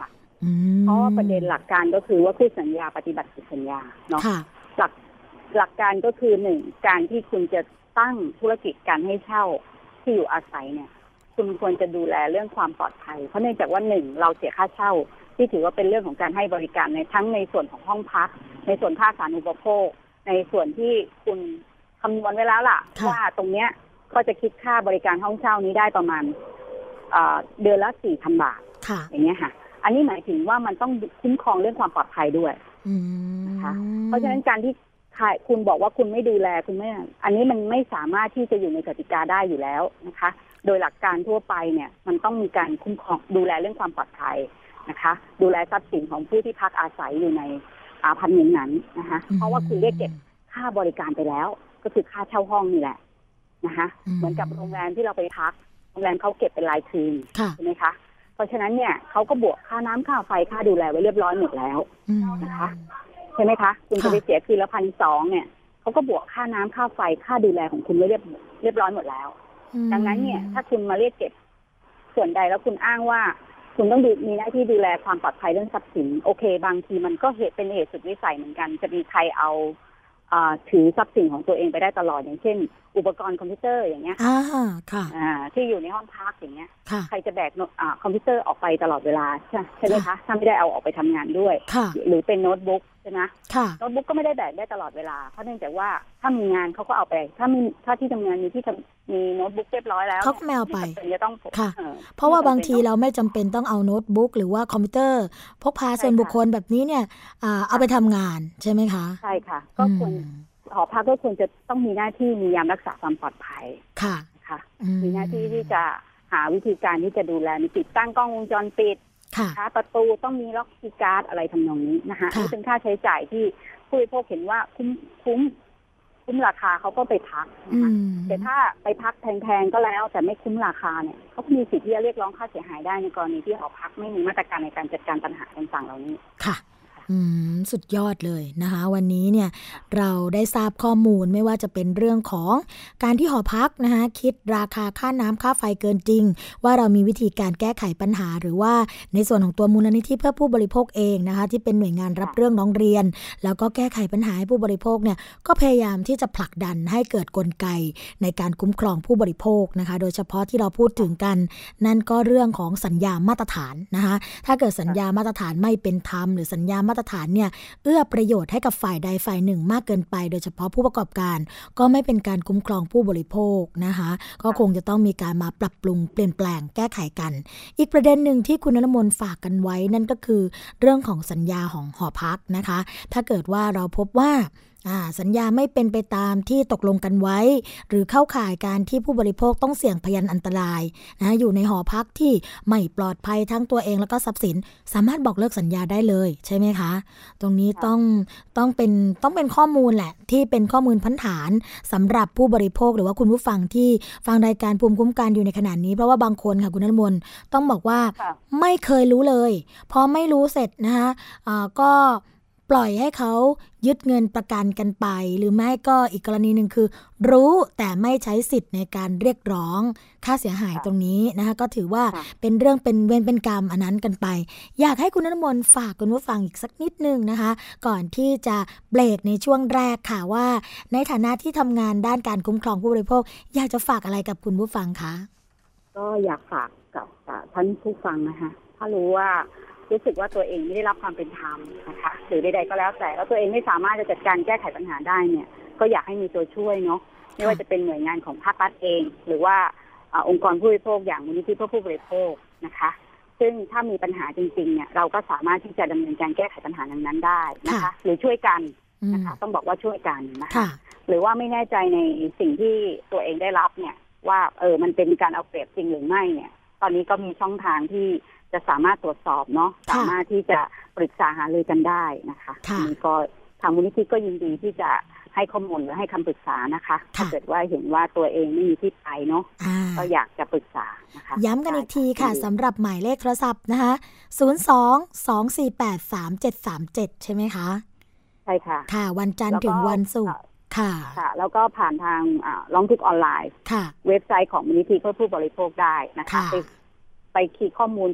เพราะว่าประเด็นหลักการก็คือว่าคู่สัญญาปฏิบัติผิดสัญญาเนาะหลักหลักการก็คือหนึ่งการที่คุณจะตั้งธุรกิจการให้เช่าที่อยู่อาศัยเนี่ยคุณควรจะดูแลเรื่องความปลอดภัยเพราะเนื่องจากว่าหนึ่งเราเสียค่าเช่าที่ถือว่าเป็นเรื่องของการให้บริการในทั้งในส่วนของห้องพักในส่วนค่าสาธารณูปโภคในส่วนที่คุณคำนวณไว้แล้วล่ะว่าตรงเนี้ยก็จะคิดค่าบริการห้องเช่านี้ได้ประมาณเดือนละ สี่พัน บาทอย่างเงี้ยค่ะอันนี้หมายถึงว่ามันต้องคุ้มครองเรื่องความปลอดภัยด้วยนะคะเพราะฉะนั้นการที่คุณบอกว่าคุณไม่ดูแลคุณไม่อันนี้มันไม่สามารถที่จะอยู่ในกติกาได้อยู่แล้วนะคะโดยหลักการทั่วไปเนี่ยมันต้องมีการคุ้มครองดูแลเรื่องความปลอดภัยนะคะดูแลทรัพย์สินของผู้ที่พักอาศัยอยู่ในอาคารนั้นนะคะเพราะว่าคุณเรียกเก็บค่าบริการไปแล้วก็คือค่าเช่าห้องนี่แหละนะคะเหมือนกับโรงแรมที่เราไปพักโรงแรมเขาเก็บเป็นรายคืนใช่ไหมคะเพราะฉะนั้นเนี่ยเขาก็บวกค่าน้ำค่าไฟค่าดูแลไว้เรียบร้อยหมดแล้วนะคะใช่ไหมคะคุณจะไปเสียคืนละพันสองเนี่ยเขาก็บวกค่าน้ำค่าไฟค่าดูแลของคุณไว้เรียบเรียบร้อยหมดแล้วดังนั้นเนี่ยถ้าคุณมาเรียกเก็บส่วนใดแล้วคุณอ้างว่าคุณต้องมีหน้าที่ดูแลความปลอดภัยเรื่องทรัพย์สินโอเคบางทีมันก็เหตุเป็นเหตุสุดวิสัยเหมือนกันจะมีใครเอาถือทรัพย์สินของตัวเองไปได้ตลอดอย่างเช่นอุปกรณ์คอมพิวเตอร์อย่างเงี้ยอ่าค่ะอ่าที่อยู่ในห้องพักอย่างเงี้ยใครจะแบกอ่าคอมพิวเตอร์ออกไปตลอดเวลาใช่ใช่ไหมคะถ้าไม่ได้เอาออกไปทำงานด้วยหรือเป็นโน้ตบุ๊กใช่ไหมโน้ตบุ๊กก็ไม่ได้แบกได้ตลอดเวลาเพราะเนื่องจากว่าถ้ามีงานเขาก็เอาไปถ้ามีถ้าที่ทำงานมีที่มีโน้ตบุ๊กเรียบร้อยแล้วเขาแมวไปจะต้องค่ะเพราะว่าบางทีเราไม่จำเป็นต้องเอาโน้ตบุ๊กหรือว่าคอมพิวเตอร์พกพาส่วนบุคคลแบบนี้เนี่ยเอาไปทำงานใช่ไหมคะใช่ค่ะก็ควรหอพักก็ควรจะต้องมีหน้าที่มียามรักษาความปลอดภัยค่ะค่ะมีหน้าที่ที่จะหาวิธีการที่จะดูแลมีติดตั้งกล้องวงจรปิดค่ะประตูต้องมีล็อกคีย์การ์ดอะไรทำนองนี้นะคะนี่เป็นค่าใช้จ่ายที่ผู้บริโภคเห็นว่าคุ้มคุ้มคุ้มราคาเขาก็ไปพักนะคะแต่ถ้าไปพักแพงๆก็แล้วแต่ไม่คุ้มราคาเนี่ยเขามีสิทธิ์ที่จะเรียกร้องค่าเสียหายได้ในกรณีที่หอพักไม่มีมาตรการในการจัดการปัญหาต่างๆเหล่านี้ค่ะอืมสุดยอดเลยนะคะวันนี้เนี่ยเราได้ทราบข้อมูลไม่ว่าจะเป็นเรื่องของการที่หอพักนะคะคิดราคาค่าน้ำค่าไฟเกินจริงว่าเรามีวิธีการแก้ไขปัญหาหรือว่าในส่วนของตัวมูลนิธิเพื่อผู้บริโภคเองนะคะที่เป็นหน่วยงานรับเรื่องร้องเรียนแล้วก็แก้ไขปัญหาให้ผู้บริโภคเนี่ยก็พยายามที่จะผลักดันให้เกิดกลไกในการคุ้มครองผู้บริโภคนะคะโดยเฉพาะที่เราพูดถึงกันนั่นก็เรื่องของสัญญามาตรฐานนะคะถ้าเกิดสัญญามาตรฐานไม่เป็นธรรมหรือสัญญามาตรฐานเนี่ยเอื้อประโยชน์ให้กับฝ่ายใดฝ่ายหนึ่งมากเกินไปโดยเฉพาะผู้ประกอบการก็ไม่เป็นการคุ้มครองผู้บริโภคนะคะก็คงจะต้องมีการมาปรับปรุงเปลี่ยนแปลงแก้ไขกันอีกประเด็นหนึ่งที่คุณณมนต์ฝากกันไว้นั่นก็คือเรื่องของสัญญาของหอพักนะคะถ้าเกิดว่าเราพบว่าสัญญาไม่เป็นไปตามที่ตกลงกันไว้หรือเข้าข่ายการที่ผู้บริโภคต้องเสี่ยงพยานอันตรายนะอยู่ในหอพักที่ไม่ปลอดภัยทั้งตัวเองแล้วก็ทรัพย์สินสามารถบอกเลิกสัญญาได้เลยใช่ไหมคะตรงนี้ต้องต้องเป็นต้องเป็นข้อมูลแหละที่เป็นข้อมูลพื้นฐานสำหรับผู้บริโภคหรือว่าคุณผู้ฟังที่ฟังรายการภูมิคุ้มกันอยู่ในขณะนี้เพราะว่าบางคนค่ะคุณณมนต์ต้องบอกว่าไม่เคยรู้เลยพอไม่รู้เสร็จนะคะอ่าก็ปล่อยให้เขายึดเงินประกันกันไปหรือไม่ก็อีกกรณีหนึ่งคือรู้แต่ไม่ใช้สิทธิ์ในการเรียกร้องค่าเสียหายตรงนี้นะคะก็ถือว่าเป็นเรื่องเป็นเวรเป็นกรรมอันนั้นกันไปอยากให้คุณณมนต์ฝากคุณผู้ฟังอีกสักนิดนึงนะคะก่อนที่จะเบรกในช่วงแรกค่ะว่าในฐานะที่ทำงานด้านการคุ้มครองผู้บริโภคอยากจะฝากอะไรกับคุณผู้ฟังคะก็อยากฝากกับท่านผู้ฟังนะคะถ้ารู้ว่ารู้สึกว่าตัวเองไม่ได้รับความเป็นธรรมนะคะหรือใดๆก็แล้วแต่แล้วตัวเองไม่สามารถจะจัดการแก้ไขปัญหาได้เนี่ยก็อยากให้มีตัวช่วยเนาะไม่ว่าจะเป็นหน่วยงานของภาครัฐเองหรือว่าองค์กรผู้บริโภคอย่างมูลนิธิเพื่อผู้บริโภคนะคะซึ่งถ้ามีปัญหาจริงๆเนี่ยเราก็สามารถที่จะดำเนินการแก้ไขปัญหานั้นๆได้นะคะหรือช่วยกันนะคะต้องบอกว่าช่วยกันนะคะหรือว่าไม่แน่ใจในสิ่งที่ตัวเองได้รับเนี่ยว่าเออมันเป็นการเอาเปรียบจริงหรือไม่เนี่ยตอนนี้ก็มีช่องทางที่จะสามารถตรวจสอบเนาะสามารถที่จะปรึกษาหารือกันได้นะคะนี่ก็ทางมูลนิธิก็ยินดีที่จะให้ข้อมูลหรือให้คำปรึกษานะคะถ้าเกิดว่าเห็นว่าตัวเองไม่มีที่ไปเนาะก็อยากจะปรึกษานะคะย้ำกันอีกทีค่ะสำหรับหมายเลขโทรศัพท์นะคะศูนย์ สอง สอง สี่ แปด สาม เจ็ด สาม เจ็ดใช่ไหมคะใช่ค่ะค่ะวันจันทร์ถึงวันศุกร์ค่ะค่ะแล้วก็ผ่านทางร้องทุกข์ออนไลน์เว็บไซต์ของมูลนิธิเพื่อผู้บริโภคได้นะคะไปไปคีย์ข้อมูลเก็บ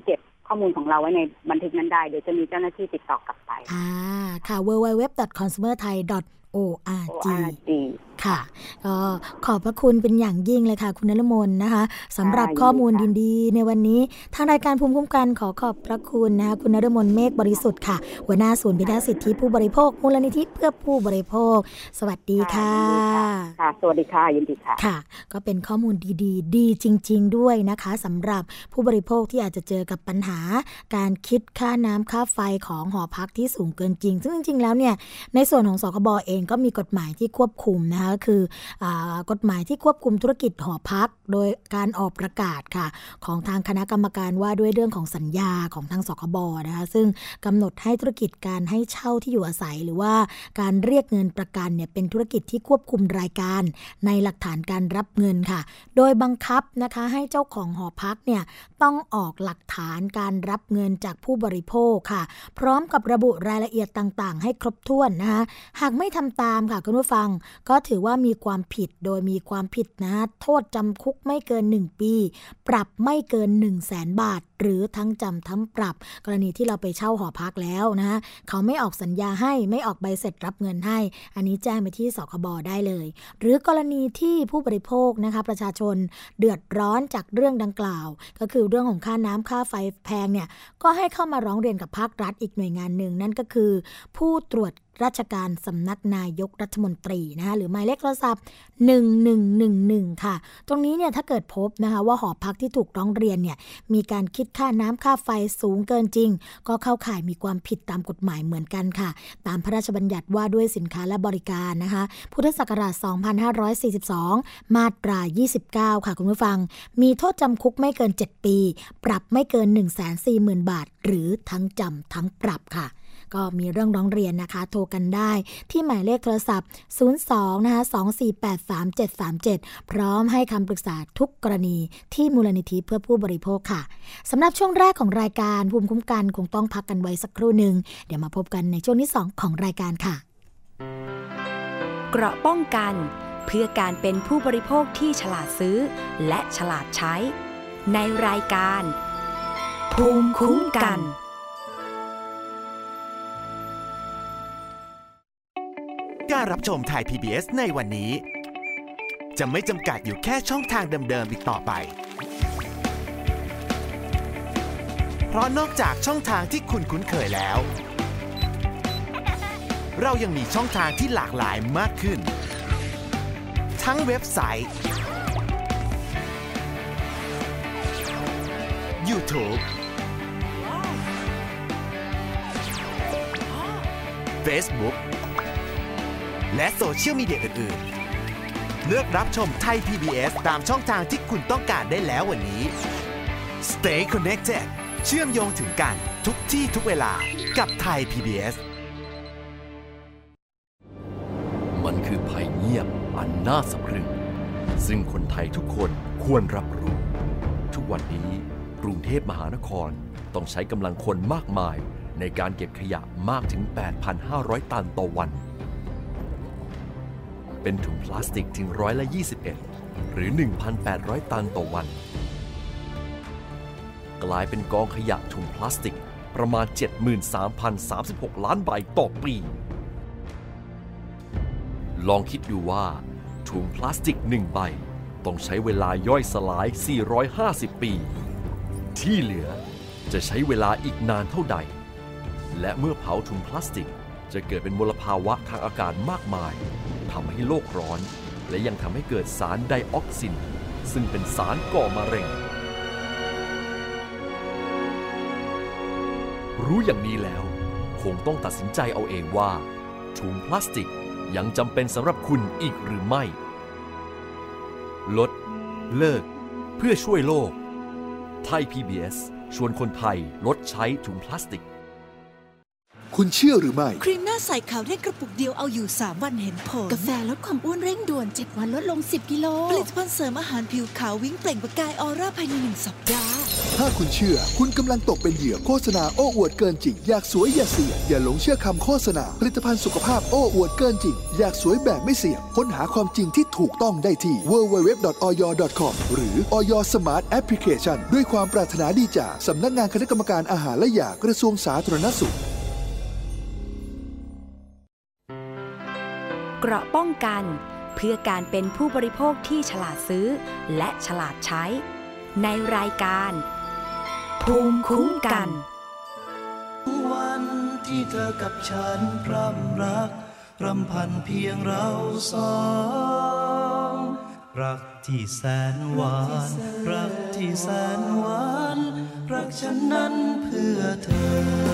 ข้อมูลของเราไว้ในบันทึกนั้นได้เดี๋ยวจะมีเจ้าหน้าที่ติดต่อกลับไปอ่าค่ะ ดับเบิลยู ดับเบิลยู ดับเบิลยู ดอท คอน ซูเมอร์ไทย ดอท โอ อาร์ จี ค่ะก็ขอบพระคุณเป็นอย่างยิ่งเลยค่ะคุณนฤมลนะคะสำหรับข้อมูลดีๆในวันนี้ทางรายการภูมิคุ้มกันขอขอบพระคุณนะคะคุณนฤมลเมฆบริสุทธิ์ค่ะหัวหน้าศูนย์พิทักษ์สิทธิผู้บริโภคมูลนิธิเพื่อผู้บริโภคสวัสดีค่ะค่ะสวัสดีค่ะยินดีค่ะค่ะก็เป็นข้อมูลดีๆดีจริงๆด้วยนะคะสำหรับผู้บริโภคที่อาจจะเจอกับปัญหาการคิดค่าน้ำค่าไฟของหอพักที่สูงเกินจริงซึ่งจริงๆแล้วเนี่ยในส่วนของสคบเองก็มีกฎหมายที่ควบคุมนะคะก็คือกฎหมายที่ควบคุมธุรกิจหอพักโดยการออกประกาศค่ะของทางคณะกรรมการว่าด้วยเรื่องของสัญญาของทางสคบนะคะซึ่งกำหนดให้ธุรกิจการให้เช่าที่อยู่อาศัยหรือว่าการเรียกเงินประกันเนี่ยเป็นธุรกิจที่ควบคุมรายการในหลักฐานการรับเงินค่ะโดยบังคับนะคะให้เจ้าของหอพักเนี่ยต้องออกหลักฐานการรับเงินจากผู้บริโภคค่ะพร้อมกับระบุรายละเอียดต่างๆให้ครบถ้วนนะคะหากไม่ทำตามค่ะคุณผู้ฟังก็ถือว่ามีความผิดโดยมีความผิดนะโทษจำคุกไม่เกินหนึ่งปีปรับไม่เกิน หนึ่งแสน บาทหรือทั้งจำทั้งปรับกรณีที่เราไปเช่าหอพักแล้วนะเขาไม่ออกสัญญาให้ไม่ออกใบเสร็จรับเงินให้อันนี้แจ้งไปที่สคบได้เลยหรือกรณีที่ผู้บริโภคนะคะประชาชนเดือดร้อนจากเรื่องดังกล่าวก็คือเรื่องของค่าน้ำค่าไฟแพงเนี่ยก็ให้เข้ามาร้องเรียนกับภาครัฐอีกหน่วยงานหนึ่งนั่นก็คือผู้ตรวจราชการสำนักนายกรัฐมนตรีนะคะหรือหมายเลขโทรศัพท์หนึ่งหนึ่งหนึ่งหนึ่งค่ะตรงนี้เนี่ยถ้าเกิดพบนะคะว่าหอพักที่ถูกร้องเรียนเนี่ยมีการคิดค่าน้ำค่าไฟสูงเกินจริงก็เข้าข่ายมีความผิดตามกฎหมายเหมือนกันค่ะตามพระราชบัญญัติว่าด้วยสินค้าและบริการนะคะพุทธศักราชสองพันห้าร้อยสี่สิบสองมาตรายี่สิบเก้าค่ะคุณผู้ฟังมีโทษจำคุกไม่เกินเจ็ดปีปรับไม่เกิน หนึ่งแสนสี่หมื่น บาทหรือทั้งจำทั้งปรับค่ะก็มีเรื่องร้องเรียนนะคะโทรกันได้ที่หมายเลขโทรศัพท์ศูนย์ สอง นะคะ สอง สี่ แปด สาม เจ็ด สาม เจ็ดพร้อมให้คำปรึกษาทุกกรณีที่มูลนิธิเพื่อผู้บริโภคค่ะสำหรับช่วงแรกของรายการภูมิคุ้มกันคงต้องพักกันไว้สักครู่หนึ่งเดี๋ยวมาพบกันในช่วงที่สองของรายการค่ะเกราะป้องกันเพื่อการเป็นผู้บริโภคที่ฉลาดซื้อและฉลาดใช้ในรายการภูมิคุ้มกันการรับชมไทย พี บี เอส ในวันนี้จะไม่จำกัดอยู่แค่ช่องทางเดิมๆอีกต่อไปเพราะนอกจากช่องทางที่คุณคุ้นเคยแล้วเรายังมีช่องทางที่หลากหลายมากขึ้นทั้งเว็บไซต์ YouTube Facebookและโซเชียลมีเดียอื่นๆเลือกรับชมไทย พี บี เอส ตามช่องทางที่คุณต้องการได้แล้ววันนี้ Stay connected เชื่อมโยงถึงกันทุกที่ทุกเวลากับไทย พี บี เอสมันคือภัยเงียบอันน่าสะพรึงซึ่งคนไทยทุกคนควรรับรู้ทุกวันนี้กรุงเทพมหานครต้องใช้กำลังคนมากมายในการเก็บขยะมากถึง แปดพันห้าร้อย ตันต่อวันเป็นถุงพลาสติกถึงร้อยละยี่สิบเอ็ดหรือ หนึ่งพันแปดร้อย ตันต่อวันกลายเป็นกองขยะถุงพลาสติกประมาณ เจ็ดหมื่นสามพันสามสิบหก ล้านใบต่อปีลองคิดดูว่าถุงพลาสติกหนึ่งใบต้องใช้เวลาย่อยสลายสี่ร้อยห้าสิบปีที่เหลือจะใช้เวลาอีกนานเท่าใดและเมื่อเผาถุงพลาสติกจะเกิดเป็นมลภาวะทางอากาศมากมายทำให้โลกร้อนและยังทำให้เกิดสารไดออกซินซึ่งเป็นสารก่อมะเร็งรู้อย่างนี้แล้วคงต้องตัดสินใจเอาเองว่าถุงพลาสติกยังจำเป็นสำหรับคุณอีกหรือไม่ลดเลิกเพื่อช่วยโลกไทย พี บี เอส ชวนคนไทยลดใช้ถุงพลาสติกคุณเชื่อหรือไม่ครีมหน้าใสขาวเร่งกระปุกเดียวเอาอยู่สามวันเห็นผลกาแฟลดความอ้วนเร่งด่วนเจ็ดวันลดลงสิบกิโลผลิตภัณฑ์เสริมอาหารผิวขาววิ่งเปล่งประกายออร่าภายในหนึ่งสัปดาห์ถ้าคุณเชื่อคุณกำลังตกเป็นเหยื่อโฆษณาโอ้อวดเกินจริงอยากสวยอย่าเสี่ยงอย่าหลงเชื่อคำโฆษณาผลิตภัณฑ์สุขภาพโอ้อวดเกินจริงอยากสวยแบบไม่เสี่ยงค้นหาความจริงที่ถูกต้องได้ที่ ดับเบิลยู ดับเบิลยู ดับเบิลยู ดอท ออย ดอท คอม หรือ อย Smart Application ด้วยความปรารถนาดีจากสำนักงานคณะกรรมการอาหารและยากระทรวงสาธารณสุขเกราะป้องกันเพื่อการเป็นผู้บริโภคที่ฉลาดซื้อและฉลาดใช้ในรายการภูมิคุ้มกันวันที่เธอกับฉันพร่ำรักรำพันเพียงเราสองรักที่แสนหวานรักที่แสนหวานรักฉันนั้นเพื่อเธอ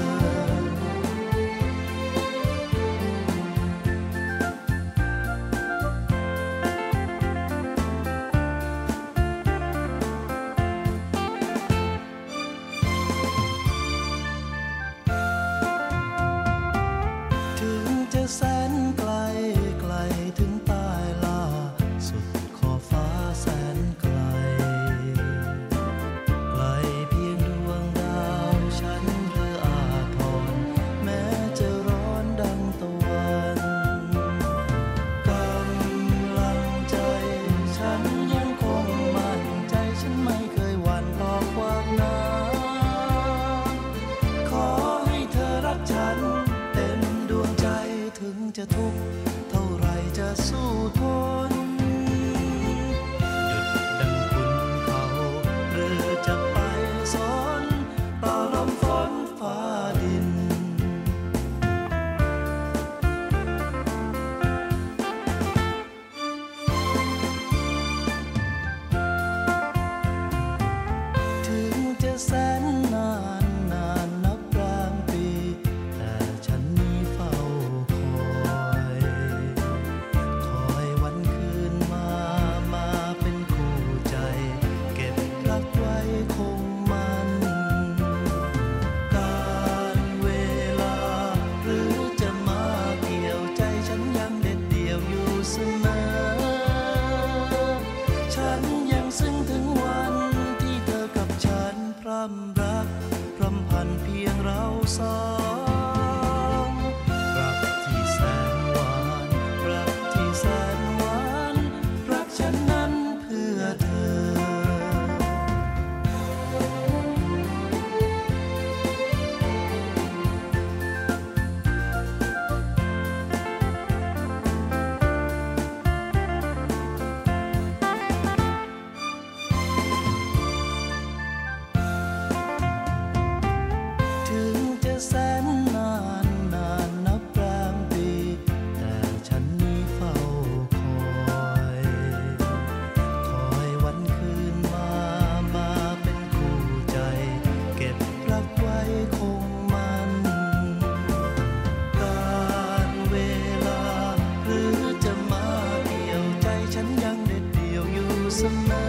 แสนไกลไกลถึงใต้ลาสุดขอบฟ้าแสนไกลไกลเพียงดวงดาวฉันเรืออาทรแม้จะร้อนดังตะวันกำลังใจฉันยังคงมั่นใจฉันไม่เคยหวั่นต่อความหนาวขอให้เธอรักฉันถึงจะทุกข์เท่าไรจะสู้ทนหยุดดังคุณเขาหรือจะไปสนต่อลมฝนฟ้าดินถึงจะแสนนานนานนับรางปีแต่ฉันนี้เฝ้ารักรำพันเพียงเราสองรักที่แสนหวานรักที่แสนหวานรักฉันนั้นเพื่อเธอแสนนานนานนับรางปีแต่ฉันนี้เฝ้าคอยคอยวันคืนมามาเป็นคู่ใจเก็บรักไว้คงมันการเวลาหรือจะมาเกี่ยวใจฉันยังเด็ดเดี่ยวอยู่เสมอ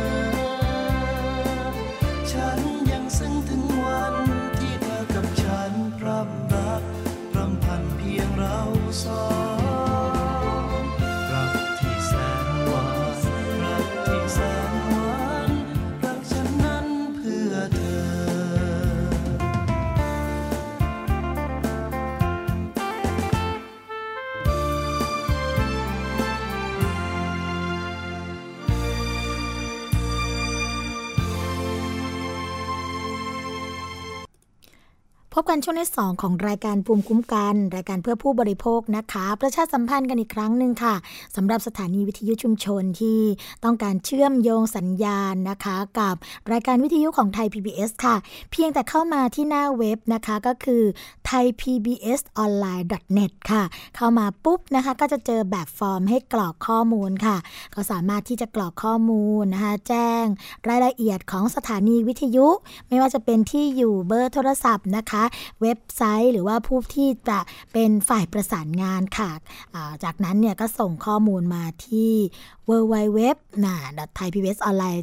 ฉันยังซึ้งถึงวันที่เธอกับฉันรำรักรำพันเพียงเราสองรักที่แสนหวานรักที่แสนหวานรักฉันนั้นเพื่อเธอพบกันช่วงที่สองของรายการภูมิคุ้มกันรายการเพื่อผู้บริโภคนะคะประชาสัมพันธ์กันอีกครั้งหนึ่งค่ะสำหรับสถานีวิทยุชุมชนที่ต้องการเชื่อมโยงสัญญาณนะคะกับรายการวิทยุของไทย พี บี เอส ค่ะเพียงแต่เข้ามาที่หน้าเว็บนะคะก็คือ ไทย พี บี เอส ออนไลน์ ดอท เน็ต ค่ะเข้ามาปุ๊บนะคะก็จะเจอแบบฟอร์มให้กรอกข้อมูลค่ะก็สามารถที่จะกรอกข้อมูลนะคะแจ้งรายละเอียดของสถานีวิทยุไม่ว่าจะเป็นที่อยู่เบอร์โทรศัพท์นะคะเว็บไซต์หรือว่าผู้ที่จะเป็นฝ่ายประสานงานค่ะจากนั้นเนี่ยก็ส่งข้อมูลมาที่ ดับเบิลยู ดับเบิลยู ดับเบิลยู ดอท ไทย พี บี เอส ออนไลน์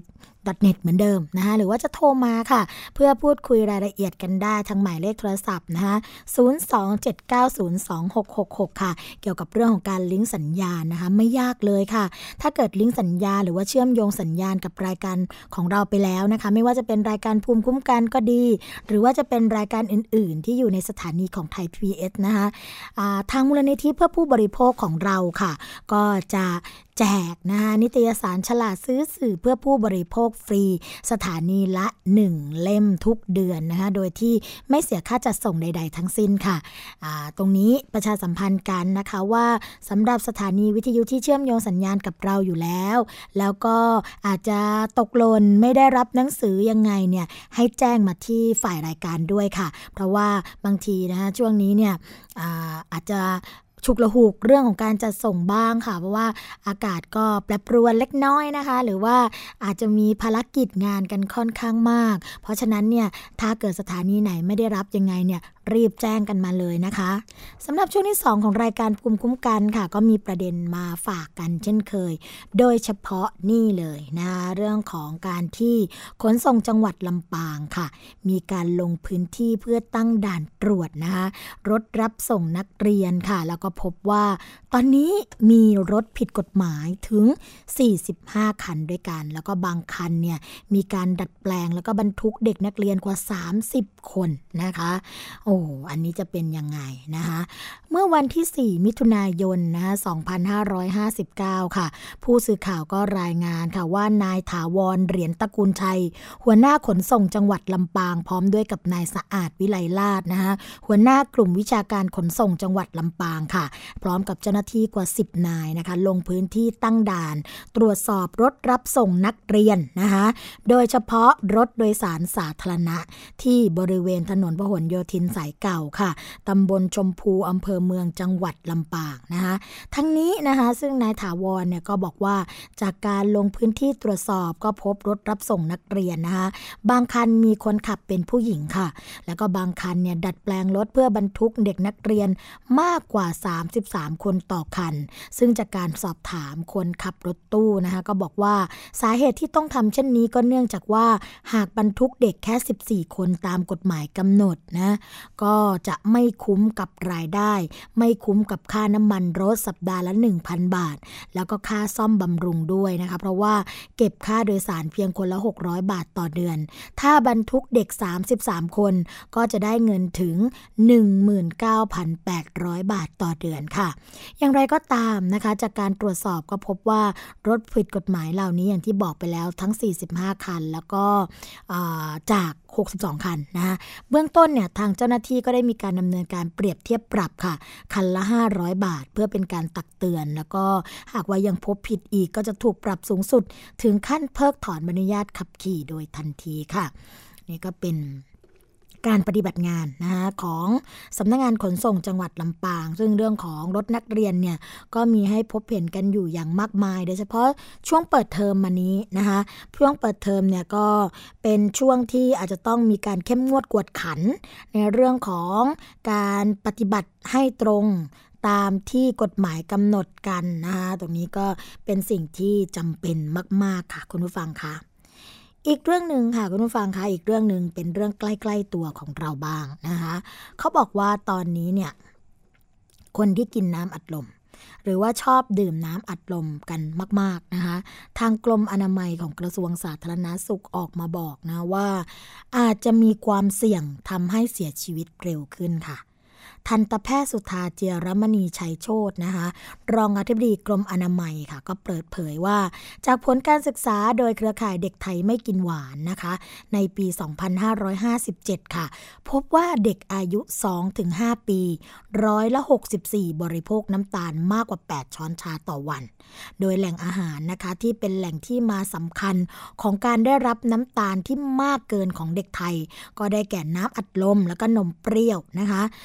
.net เหมือนเดิมนะคะหรือว่าจะโทรมาค่ะเพื่อพูดคุยรายละเอียดกันได้ทางหมายเลขโทรศัพท์นะคะศูนย์ สอง เจ็ด เก้า ศูนย์ สอง หก หก หกค่ะเกี่ยวกับเรื่องของการลิงก์สัญญาณนะคะไม่ยากเลยค่ะถ้าเกิดลิงก์สัญญาณหรือว่าเชื่อมโยงสัญญาณกับรายการของเราไปแล้วนะคะไม่ว่าจะเป็นรายการภูมิคุ้มกันก็ดีหรือว่าจะเป็นรายการอื่นๆที่อยู่ในสถานีของไทย พี บี เอส นะคะทางมูลนิธิเพื่อผู้บริโภคของเราค่ะก็จะแจกนะคะนิตยสารฉลาดซื้อสื่อเพื่อผู้บริโภคฟรีสถานีละหนึ่งเล่มทุกเดือนนะคะโดยที่ไม่เสียค่าจัดส่งใดๆทั้งสิ้นค่ะตรงนี้ประชาสัมพันธ์กันนะคะว่าสำหรับสถานีวิทยุที่เชื่อมโยงสัญญาณกับเราอยู่แล้วแล้วก็อาจจะตกหล่นไม่ได้รับหนังสือยังไงเนี่ยให้แจ้งมาที่ฝ่ายรายการด้วยค่ะเพราะว่าบางทีนะคะช่วงนี้เนี่ยอาอาจจะฉุกละหุกเรื่องของการจัดส่งบ้างค่ะเพราะว่าอากาศก็แปรปรวนเล็กน้อยนะคะหรือว่าอาจจะมีภารกิจงานกันค่อนข้างมากเพราะฉะนั้นเนี่ยถ้าเกิดสถานีไหนไม่ได้รับยังไงเนี่ยรีบแจ้งกันมาเลยนะคะสำหรับช่วงที่สองของรายการภูมิคุ้มกันค่ะก็มีประเด็นมาฝากกันเช่นเคยโดยเฉพาะนี่เลยนะเรื่องของการที่ขนส่งจังหวัดลำปางค่ะมีการลงพื้นที่เพื่อตั้งด่านตรวจนะคะรถรับส่งนักเรียนค่ะแล้วก็พบว่าตอนนี้มีรถผิดกฎหมายถึงสี่สิบห้าคันด้วยกันแล้วก็บางคันเนี่ยมีการดัดแปลงแล้วก็บรรทุกเด็กนักเรียนกว่าสามสิบคนนะคะโอ้อันนี้จะเป็นยังไงนะคะเมื่อวันที่สี่มิถุนายนนะสองพันห้าร้อยห้าสิบเก้าค่ะผู้สื่อข่าวก็รายงานค่ะว่านายถาวรเหรียญตระกูลชัยหัวหน้าขนส่งจังหวัดลำปางพร้อมด้วยกับนายสะอาดวิไลลาภนะคะหัวหน้ากลุ่มวิชาการขนส่งจังหวัดลำปางค่ะพร้อมกับเจ้าหน้าที่กว่าสิบนายนะคะลงพื้นที่ตั้งด่านตรวจสอบรถรับส่งนักเรียนนะคะโดยเฉพาะรถโดยสารสาธารณะที่บริเวณถนนพหลโยธินสายเก่าค่ะตำบลชมพูอำเภอเมืองจังหวัดลำปางนะคะทั้งนี้นะคะซึ่งนายถาวรเนี่ยก็บอกว่าจากการลงพื้นที่ตรวจสอบก็พบรถรับส่งนักเรียนนะคะบางคันมีคนขับเป็นผู้หญิงค่ะแล้วก็บางคันเนี่ยดัดแปลงรถเพื่อบรรทุกเด็กนักเรียนมากกว่าสามสิบสามคนต่อคันซึ่งจากการสอบถามคนขับรถตู้นะคะก็บอกว่าสาเหตุที่ต้องทำเช่นนี้ก็เนื่องจากว่าหากบรรทุกเด็กแค่สิบสี่คนตามกฎหมายกำหนดนะก็จะไม่คุ้มกับรายได้ไม่คุ้มกับค่าน้ำมันรถสัปดาห์ละ หนึ่งพัน บาทแล้วก็ค่าซ่อมบำรุงด้วยนะคะเพราะว่าเก็บค่าโดยสารเพียงคนละหกร้อยบาทต่อเดือนถ้าบรรทุกเด็กสามสิบสามคนก็จะได้เงินถึง หนึ่งหมื่นเก้าพันแปดร้อย บาทต่อเดือนค่ะอย่างไรก็ตามนะคะจากการตรวจสอบก็พบว่ารถผิดกฎหมายเหล่านี้อย่างที่บอกไปแล้วทั้งสี่สิบห้าคันแล้วก็จากหกสิบสองคันนะคะเบื้องต้นเนี่ยทางเจ้าหน้าที่ก็ได้มีการดำเนินการเปรียบเทียบปรับค่ะคันละห้าร้อยบาทเพื่อเป็นการตักเตือนแล้วก็หากว่ายังพบผิดอีกก็จะถูกปรับสูงสุดถึงขั้นเพิกถอนใบอนุญาตขับขี่โดยทันทีค่ะนี่ก็เป็นการปฏิบัติงานนะคะของสำนักงานขนส่งจังหวัดลำปางซึ่งเรื่องของรถนักเรียนเนี่ยก็มีให้พบเห็นกันอยู่อย่างมากมายโดยเฉพาะช่วงเปิดเทอมมานี้นะคะช่วงเปิดเทอมเนี่ยก็เป็นช่วงที่อาจจะต้องมีการเข้มงวดกวดขันในเรื่องของการปฏิบัติให้ตรงตามที่กฎหมายกำหนดกันนะคะตรงนี้ก็เป็นสิ่งที่จำเป็นมากๆค่ะคุณผู้ฟังค่ะอีกเรื่องนึงค่ะคุณผู้ฟังคะอีกเรื่องนึงเป็นเรื่องใกล้ๆตัวของเราบ้างนะคะเขาบอกว่าตอนนี้เนี่ยคนที่กินน้ำอัดลมหรือว่าชอบดื่มน้ำอัดลมกันมากๆนะคะทางกรมอนามัยของกระทรวงสาธารณสุขออกมาบอกนะว่าอาจจะมีความเสี่ยงทำให้เสียชีวิตเร็วขึ้นค่ะทันตแพทย์สุธาเจียรมณีชัยโชตินะคะรองอธิบดีกรมอนามัยค่ะก็เปิดเผยว่าจากผลการศึกษาโดยเครือข่ายเด็กไทยไม่กินหวานนะคะในปี สองพันห้าร้อยห้าสิบเจ็ด ค่ะพบว่าเด็กอายุ สองถึงห้า ปีร้อยละหกสิบสี่บริโภคน้ำตาลมากกว่าแปดช้อนชาต่อวันโดยแหล่งอาหารนะคะที่เป็นแหล่งที่มาสำคัญของการได้รับน้ำตาลที่มากเกินของเด็กไทยก็ได้แก่น้ำอัดลมแล้วก็นมเปรี้ยวนะคะซึ่งจาก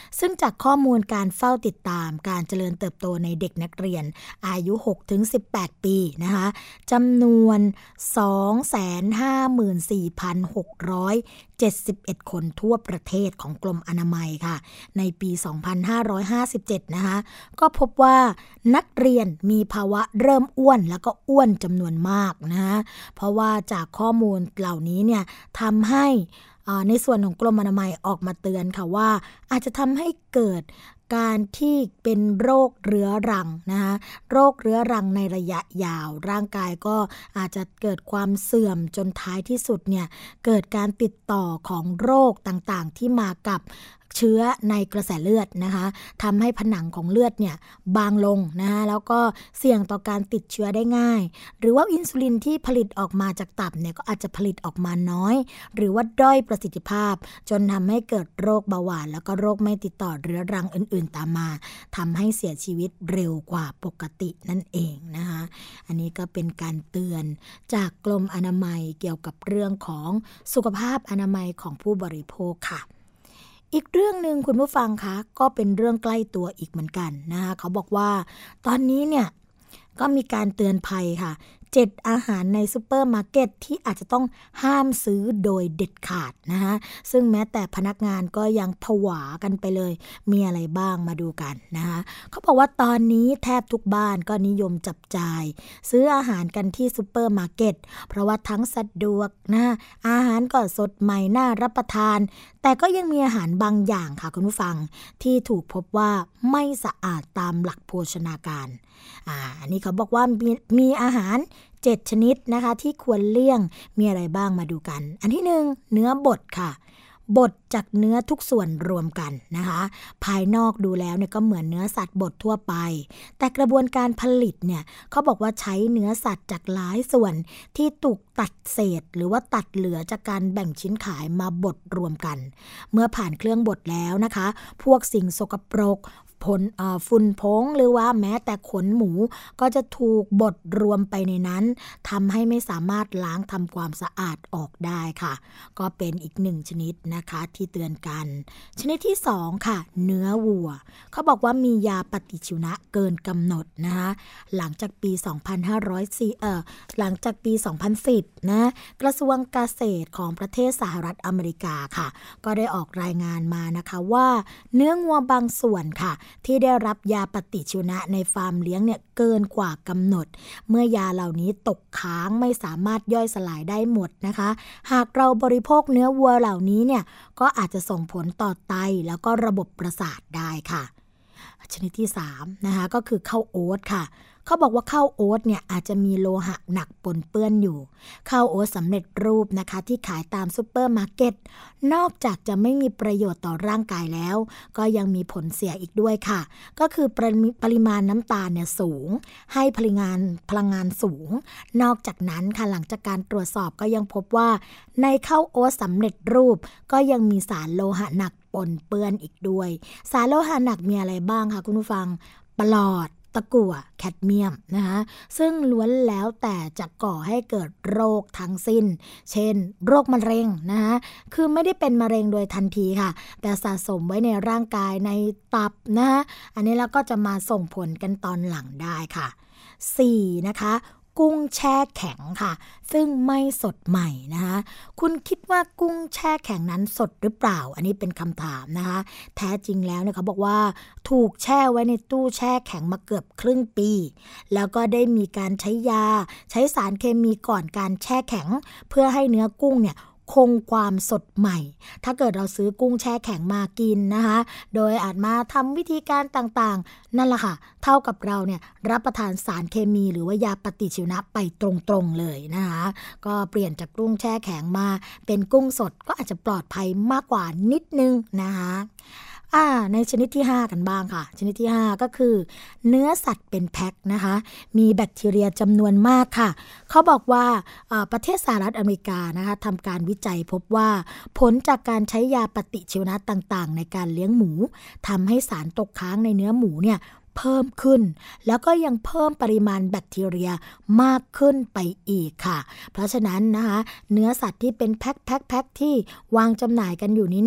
จากข้อมูลการเฝ้าติดตามการเจริญเติบโตในเด็กนักเรียนอายุ หกถึงสิบแปด ปีนะคะจำนวน สองแสนห้าหมื่นสี่พันหกร้อยเจ็ดสิบเอ็ด คนทั่วประเทศของกรมอนามัยค่ะในปี สองพันห้าร้อยห้าสิบเจ็ด นะคะก็พบว่านักเรียนมีภาวะเริ่มอ้วนแล้วก็อ้วนจำนวนมากนะคะเพราะว่าจากข้อมูลเหล่านี้เนี่ยทำให้ในส่วนของกรมอนามัยออกมาเตือนค่ะว่าอาจจะทำให้เกิดการที่เป็นโรคเรื้อรังนะคะโรคเรื้อรังในระยะยาวร่างกายก็อาจจะเกิดความเสื่อมจนท้ายที่สุดเนี่ยเกิดการติดต่อของโรคต่างๆที่มากับเชื้อในกระแสเลือดนะคะทำให้ผนังของเลือดเนี่ยบางลงนะคะแล้วก็เสี่ยงต่อการติดเชื้อได้ง่ายหรือว่าอินซูลินที่ผลิตออกมาจากตับเนี่ยก็อาจจะผลิตออกมาน้อยหรือว่าด้อยประสิทธิภาพจนทำให้เกิดโรคเบาหวานแล้วก็โรคไม่ติดต่อเรื้อรังอื่นๆตามมาทำให้เสียชีวิตเร็วกว่าปกตินั่นเองนะคะอันนี้ก็เป็นการเตือนจากกรมอนามัยเกี่ยวกับเรื่องของสุขภาพอนามัยของผู้บริโภคค่ะอีกเรื่องนึงคุณผู้ฟังคะก็เป็นเรื่องใกล้ตัวอีกเหมือนกันนะคะเขาบอกว่าตอนนี้เนี่ยก็มีการเตือนภัยค่ะเจ็ดอาหารในซุปเปอร์มาร์เก็ตที่อาจจะต้องห้ามซื้อโดยเด็ดขาดนะคะซึ่งแม้แต่พนักงานก็ยังผวากันไปเลยมีอะไรบ้างมาดูกันนะคะเขาบอกว่าตอนนี้แทบทุกบ้านก็นิยมจับจ่ายซื้ออาหารกันที่ซุปเปอร์มาร์เก็ตเพราะว่าทั้งสะดวกนะอาหารก็สดใหม่น่ารับประทานแต่ก็ยังมีอาหารบางอย่างค่ะคุณผู้ฟังที่ถูกพบว่าไม่สะอาดตามหลักโภชนาการอ่าอันนี้เขาบอกว่ามีมีอาหารเจ็ดชนิดนะคะที่ควรเลี่ยงมีอะไรบ้างมาดูกันอันที่หนึ่งเนื้อบดค่ะบดจากเนื้อทุกส่วนรวมกันนะคะภายนอกดูแล้วเนี่ยก็เหมือนเนื้อสัตว์บดทั่วไปแต่กระบวนการผลิตเนี่ยเขาบอกว่าใช้เนื้อสัตว์จากหลายส่วนที่ถูกตัดเศษหรือว่าตัดเหลือจากการแบ่งชิ้นขายมาบดรวมกันเมื่อผ่านเครื่องบดแล้วนะคะพวกสิ่งสกปรกผลฝุ่นผงหรือว่าแม้แต่ขนหมูก็จะถูกบดรวมไปในนั้นทำให้ไม่สามารถล้างทำความสะอาดออกได้ค่ะก็เป็นอีกหนึ่งชนิดนะคะที่เตือนกันชนิดที่สองค่ะเนื้อวัวเขาบอกว่ามียาปฏิชีวนะเกินกำหนดนะคะหลังจากปี สองพันห้าร้อยสี่ เอ่อหลังจากปี สองพันสิบนะกระทรวงเกษตรของประเทศสหรัฐอเมริกาค่ะก็ได้ออกรายงานมานะคะว่าเนื้อวัวบางส่วนค่ะที่ได้รับยาปฏิชีวนะในฟาร์มเลี้ยงเนี่ยเกินกว่ากำหนดเมื่อยาเหล่านี้ตกค้างไม่สามารถย่อยสลายได้หมดนะคะหากเราบริโภคเนื้อวัวเหล่านี้เนี่ยก็อาจจะส่งผลต่อไตแล้วก็ระบบประสาทได้ค่ะชนิดที่สามนะคะก็คือข้าวโอ๊ตค่ะเขาบอกว่าข้าวโอ๊ตเนี่ยอาจจะมีโลหะหนักปนเปื้อนอยู่ข้าวโอ๊ตสำเร็จรูปนะคะที่ขายตามซุปเปอร์มาร์เก็ตนอกจากจะไม่มีประโยชน์ต่อร่างกายแล้วก็ยังมีผลเสียอีกด้วยค่ะก็คือปริมาณน้ำตาลเนี่ยสูงให้พลังงานพลังงานสูงนอกจากนั้นค่ะหลังจากการตรวจสอบก็ยังพบว่าในข้าวโอ๊ตสำเร็จรูปก็ยังมีสารโลหะหนักปนเปื้อนอีกด้วยสารโลหะหนักมีอะไรบ้างคะคุณผู้ฟังปลอดตะกั่วแคดเมียมนะคะซึ่งล้วนแล้วแต่จะก่อให้เกิดโรคทั้งสิ้นเช่นโรคมะเร็งนะคะคือไม่ได้เป็นมะเร็งโดยทันทีค่ะแต่สะสมไว้ในร่างกายในตับนะคะอันนี้แล้วก็จะมาส่งผลกันตอนหลังได้ค่ะสี่นะคะกุ้งแช่แข็งค่ะซึ่งไม่สดใหม่นะคะคุณคิดว่ากุ้งแช่แข็งนั้นสดหรือเปล่าอันนี้เป็นคำถามนะคะแท้จริงแล้วเนี่ยเขาบอกว่าถูกแช่ไว้ในตู้แช่แข็งมาเกือบครึ่งปีแล้วก็ได้มีการใช้ยาใช้สารเคมีก่อนการแช่แข็งเพื่อให้เนื้อกุ้งเนี่ยคงความสดใหม่ถ้าเกิดเราซื้อกุ้งแช่แข็งมากินนะคะโดยอาจมาทำวิธีการต่างๆนั่นแหละค่ะเท่ากับเราเนี่ยรับประทานสารเคมีหรือว่ายาปฏิชีวนะไปตรงๆเลยนะคะก็เปลี่ยนจากกุ้งแช่แข็งมาเป็นกุ้งสดก็อาจจะปลอดภัยมากกว่านิดนึงนะคะอ่าในชนิดที่ห้ากันบ้างค่ะชนิดที่ห้าก็คือเนื้อสัตว์เป็นแพ็คนะคะมีแบคทีเรียจำนวนมากค่ะเขาบอกว่าประเทศสหรัฐอเมริกานะคะทำการวิจัยพบว่าผลจากการใช้ยาปฏิชีวนะต่างๆในการเลี้ยงหมูทำให้สารตกค้างในเนื้อหมูเนี่ยเพิ่มขึ้นแล้วก็ยังเพิ่มปริมาณแบคทีเรียมากขึ้นไปอีกค่ะเพราะฉะนั้นนะคะเนื้อสัตว์ที่เป็นแพ็คแพ็คแพ็คที่วางจำหน่ายกันอยู่นี้เนี่ย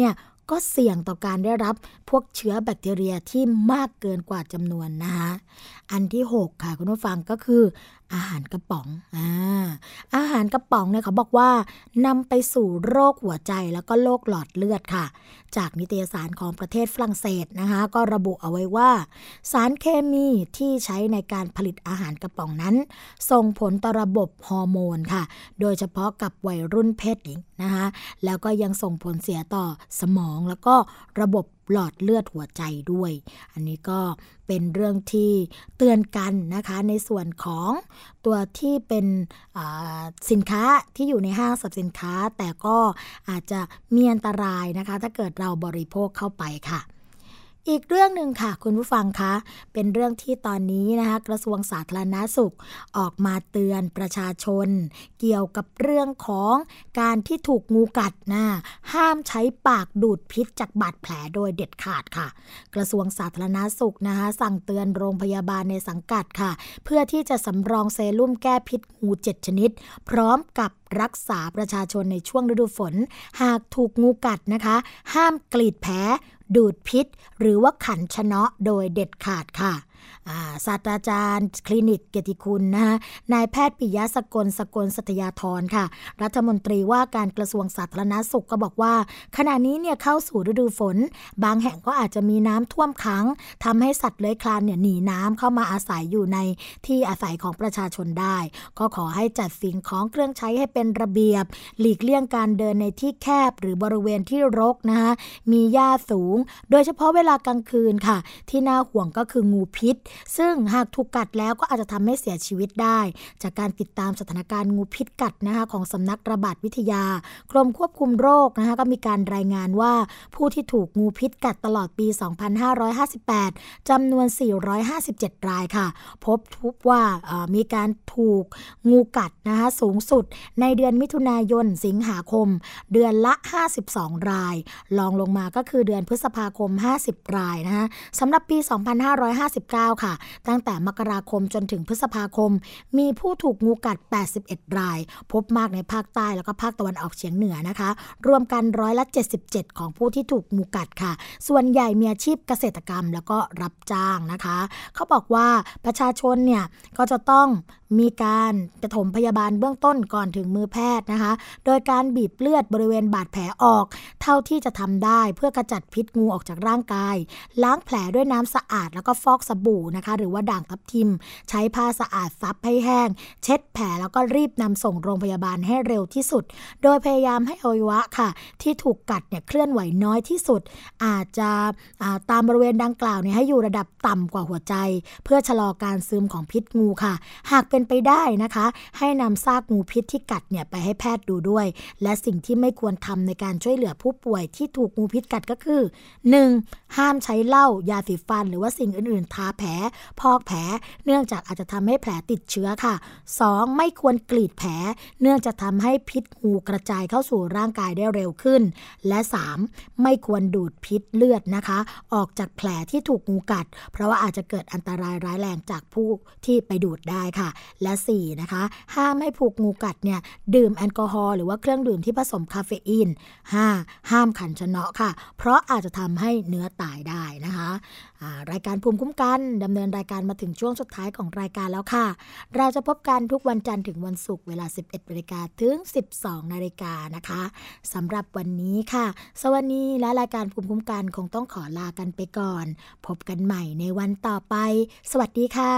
ก็เสี่ยงต่อการได้รับพวกเชื้อแบคทีเรียที่มากเกินกว่าจำนวนนะคะอันที่หกค่ะคุณผู้ฟังก็คืออาหารกระป๋องอ่าอาหารกระป๋องเนี่ยเขาบอกว่านำไปสู่โรคหัวใจแล้วก็โรคหลอดเลือดค่ะจากนิตยสารของประเทศฝรั่งเศสนะคะก็ระบุเอาไว้ว่าสารเคมีที่ใช้ในการผลิตอาหารกระป๋องนั้นส่งผลต่อระบบฮอร์โมนค่ะโดยเฉพาะกับวัยรุ่นเพศหญิงนะคะแล้วก็ยังส่งผลเสียต่อสมองแล้วก็ระบบหลอดเลือดหัวใจด้วยอันนี้ก็เป็นเรื่องที่เตือนกันนะคะในส่วนของตัวที่เป็นสินค้าที่อยู่ในห้างสรรพสินค้าแต่ก็อาจจะมีอันตรายนะคะถ้าเกิดเราบริโภคเข้าไปค่ะอีกเรื่องหนึ่งค่ะคุณผู้ฟังคะเป็นเรื่องที่ตอนนี้นะคะกระทรวงสาธารณสุขออกมาเตือนประชาชนเกี่ยวกับเรื่องของการที่ถูกงูกัดนะห้ามใช้ปากดูดพิษจากบาดแผลโดยเด็ดขาดค่ะกระทรวงสาธารณสุขนะคะสั่งเตือนโรงพยาบาลในสังกัดค่ะเพื่อที่จะสำรองเซรุ่มแก้พิษงูเจ็ดชนิดพร้อมกับรักษาประชาชนในช่วงฤดูฝนหากถูกงูกัดนะคะห้ามกรีดแผลดูดพิษหรือว่าขันชะเนาะโดยเด็ดขาดค่ะศาสตราจารย์คลินิกเกียรติคุณนะคะนายแพทย์ปิยะสกลสกลสัตยาธรค่ะรัฐมนตรีว่าการกระทรวงสาธารณสุขก็บอกว่าขณะนี้เนี่ยเข้าสู่ฤดูฝนบางแห่งก็อาจจะมีน้ำท่วมขังทำให้สัตว์เลื้อยคลานเนี่ยหนีน้ำเข้ามาอาศัยอยู่ในที่อาศัยของประชาชนได้ก็ขอให้จัดสิ่งของเครื่องใช้ให้เป็นระเบียบหลีกเลี่ยงการเดินในที่แคบหรือบริเวณที่รกนะคะมีหญ้าสูงโดยเฉพาะเวลากลางคืนค่ะที่น่าห่วงก็คืองูพิษซึ่งหากถูกกัดแล้วก็อาจจะทำให้เสียชีวิตได้จากการติดตามสถานการณ์งูพิษกัดนะคะของสำนักระบาดวิทยากรมควบคุมโรคนะคะก็มีการรายงานว่าผู้ที่ถูกงูพิษกัดตลอดปีสองพันห้าร้อยห้าสิบแปดจำนวนสี่ร้อยห้าสิบเจ็ดรายค่ะพบพบว่ามีการถูกงูกัดนะคะสูงสุดในเดือนมิถุนายนสิงหาคมเดือนละห้าสิบสองรายรองลงมาก็คือเดือนพฤษภาคมห้าสิบรายนะคะสำหรับปีสองพันห้าร้อยห้าสิบเก้าค่ะตั้งแต่มกราคมจนถึงพฤษภาคมมีผู้ถูกงูกัดแปดสิบเอ็ดรายพบมากในภาคใต้แล้วก็ภาคตะวันออกเฉียงเหนือนะคะรวมกันร้อยละเจ็ดสิบเจ็ดของผู้ที่ถูกงูกัดค่ะส่วนใหญ่มีอาชีพเกษตรกรรมแล้วก็รับจ้างนะคะเขาบอกว่าประชาชนเนี่ยก็จะต้องมีการปฐมพยาบาลเบื้องต้นก่อนถึงมือแพทย์นะคะโดยการบีบเลือดบริเวณบาดแผลออกเท่าที่จะทำได้เพื่อกระจัดพิษงูออกจากร่างกายล้างแผลด้วยน้ำสะอาดแล้วก็ฟอกสบู่นะคะหรือว่าด่างทับทิมใช้ผ้าสะอาดซับให้แห้งเช็ดแผลแล้วก็รีบนำส่งโรงพยาบาลให้เร็วที่สุดโดยพยายามให้อวัยวะค่ะที่ถูกกัดเนี่ยเคลื่อนไหวน้อยที่สุดอาจจะตามบริเวณดังกล่าวเนี่ยให้อยู่ระดับต่ำกว่าหัวใจเพื่อชะลอการซึมของพิษงูค่ะหากเป็นไปได้นะคะให้นำซากงูพิษที่กัดเนี่ยไปให้แพทย์ดูด้วยและสิ่งที่ไม่ควรทำในการช่วยเหลือผู้ป่วยที่ถูกงูพิษกัดก็คือ หนึ่ง. ห้ามใช้เหล้ายาสีฟันหรือว่าสิ่งอื่นๆทาแผลพอกแผลเนื่องจากอาจจะทำให้แผลติดเชื้อค่ะ สอง. ไม่ควรกรีดแผลเนื่องจากทำให้พิษงูกระจายเข้าสู่ร่างกายได้เร็วขึ้นและ สาม. ไม่ควรดูดพิษเลือดนะคะออกจากแผลที่ถูกงูกัดเพราะว่าอาจจะเกิดอันตรายร้ายแรงจากผู้ที่ไปดูดได้ค่ะและสี่นะคะห้ามให้ผูกงูกัดเนี่ยดื่มแอลกอฮอล์หรือว่าเครื่องดื่มที่ผสมคาเฟอีน ห้า. ห้ามขันชะเนาะค่ะเพราะอาจจะทำให้เนื้อตายได้นะคะรายการภูมิคุ้มกันดำเนินรายการมาถึงช่วงสุดท้ายของรายการแล้วค่ะเราจะพบกันทุกวันจันทร์ถึงวันศุกร์เวลา สิบเอ็ดนาฬิกา ถึง สิบสองนาฬิกานะคะสำหรับวันนี้ค่ะสวัสดีและรายการภูมิคุ้มกันคงต้องขอลากันไปก่อนพบกันใหม่ในวันต่อไปสวัสดีค่ะ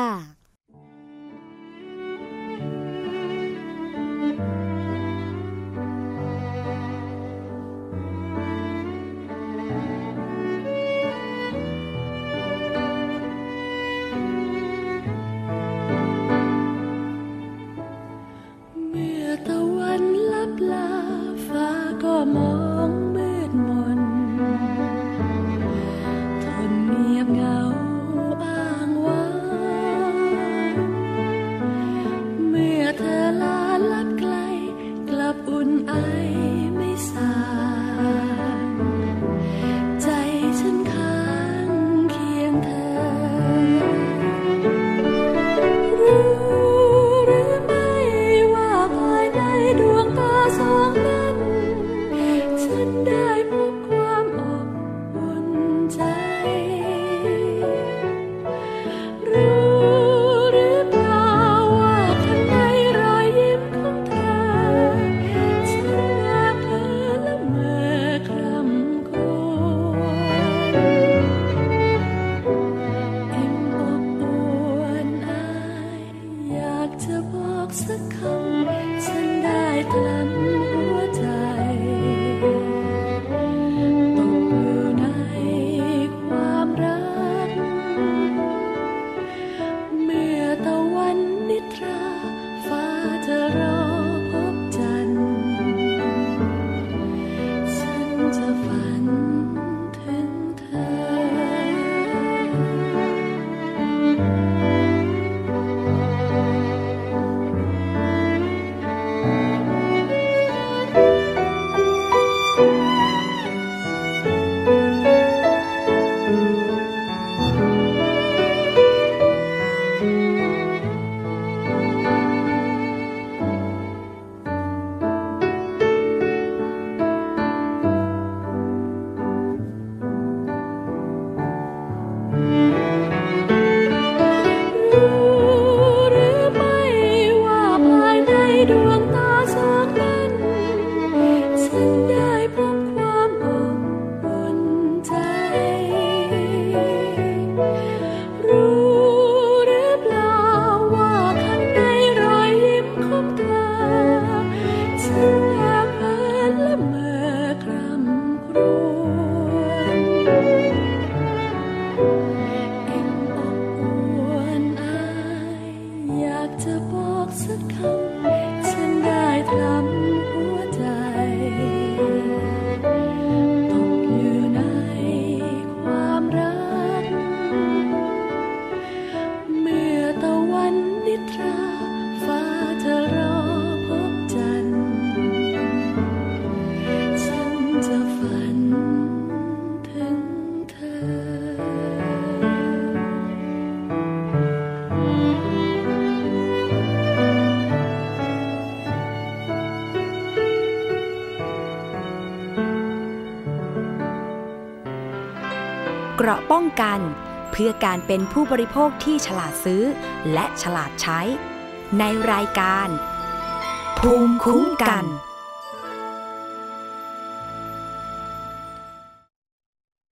ตะวันลับลาฟ้าก็มองมืดมนทนเงียบเหงาอ้างว้างสักคำฉันได้กลั้นหัวใจตกอยู่ในความรักเมื่อตะวันนิทราฟ้าจะรอพบจันทร์ฉันจะฝันถึงเธอเกราะป้องกันเพื่อการเป็นผู้บริโภคที่ฉลาดซื้อและฉลาดใช้ในรายการภูมิคุ้มกัน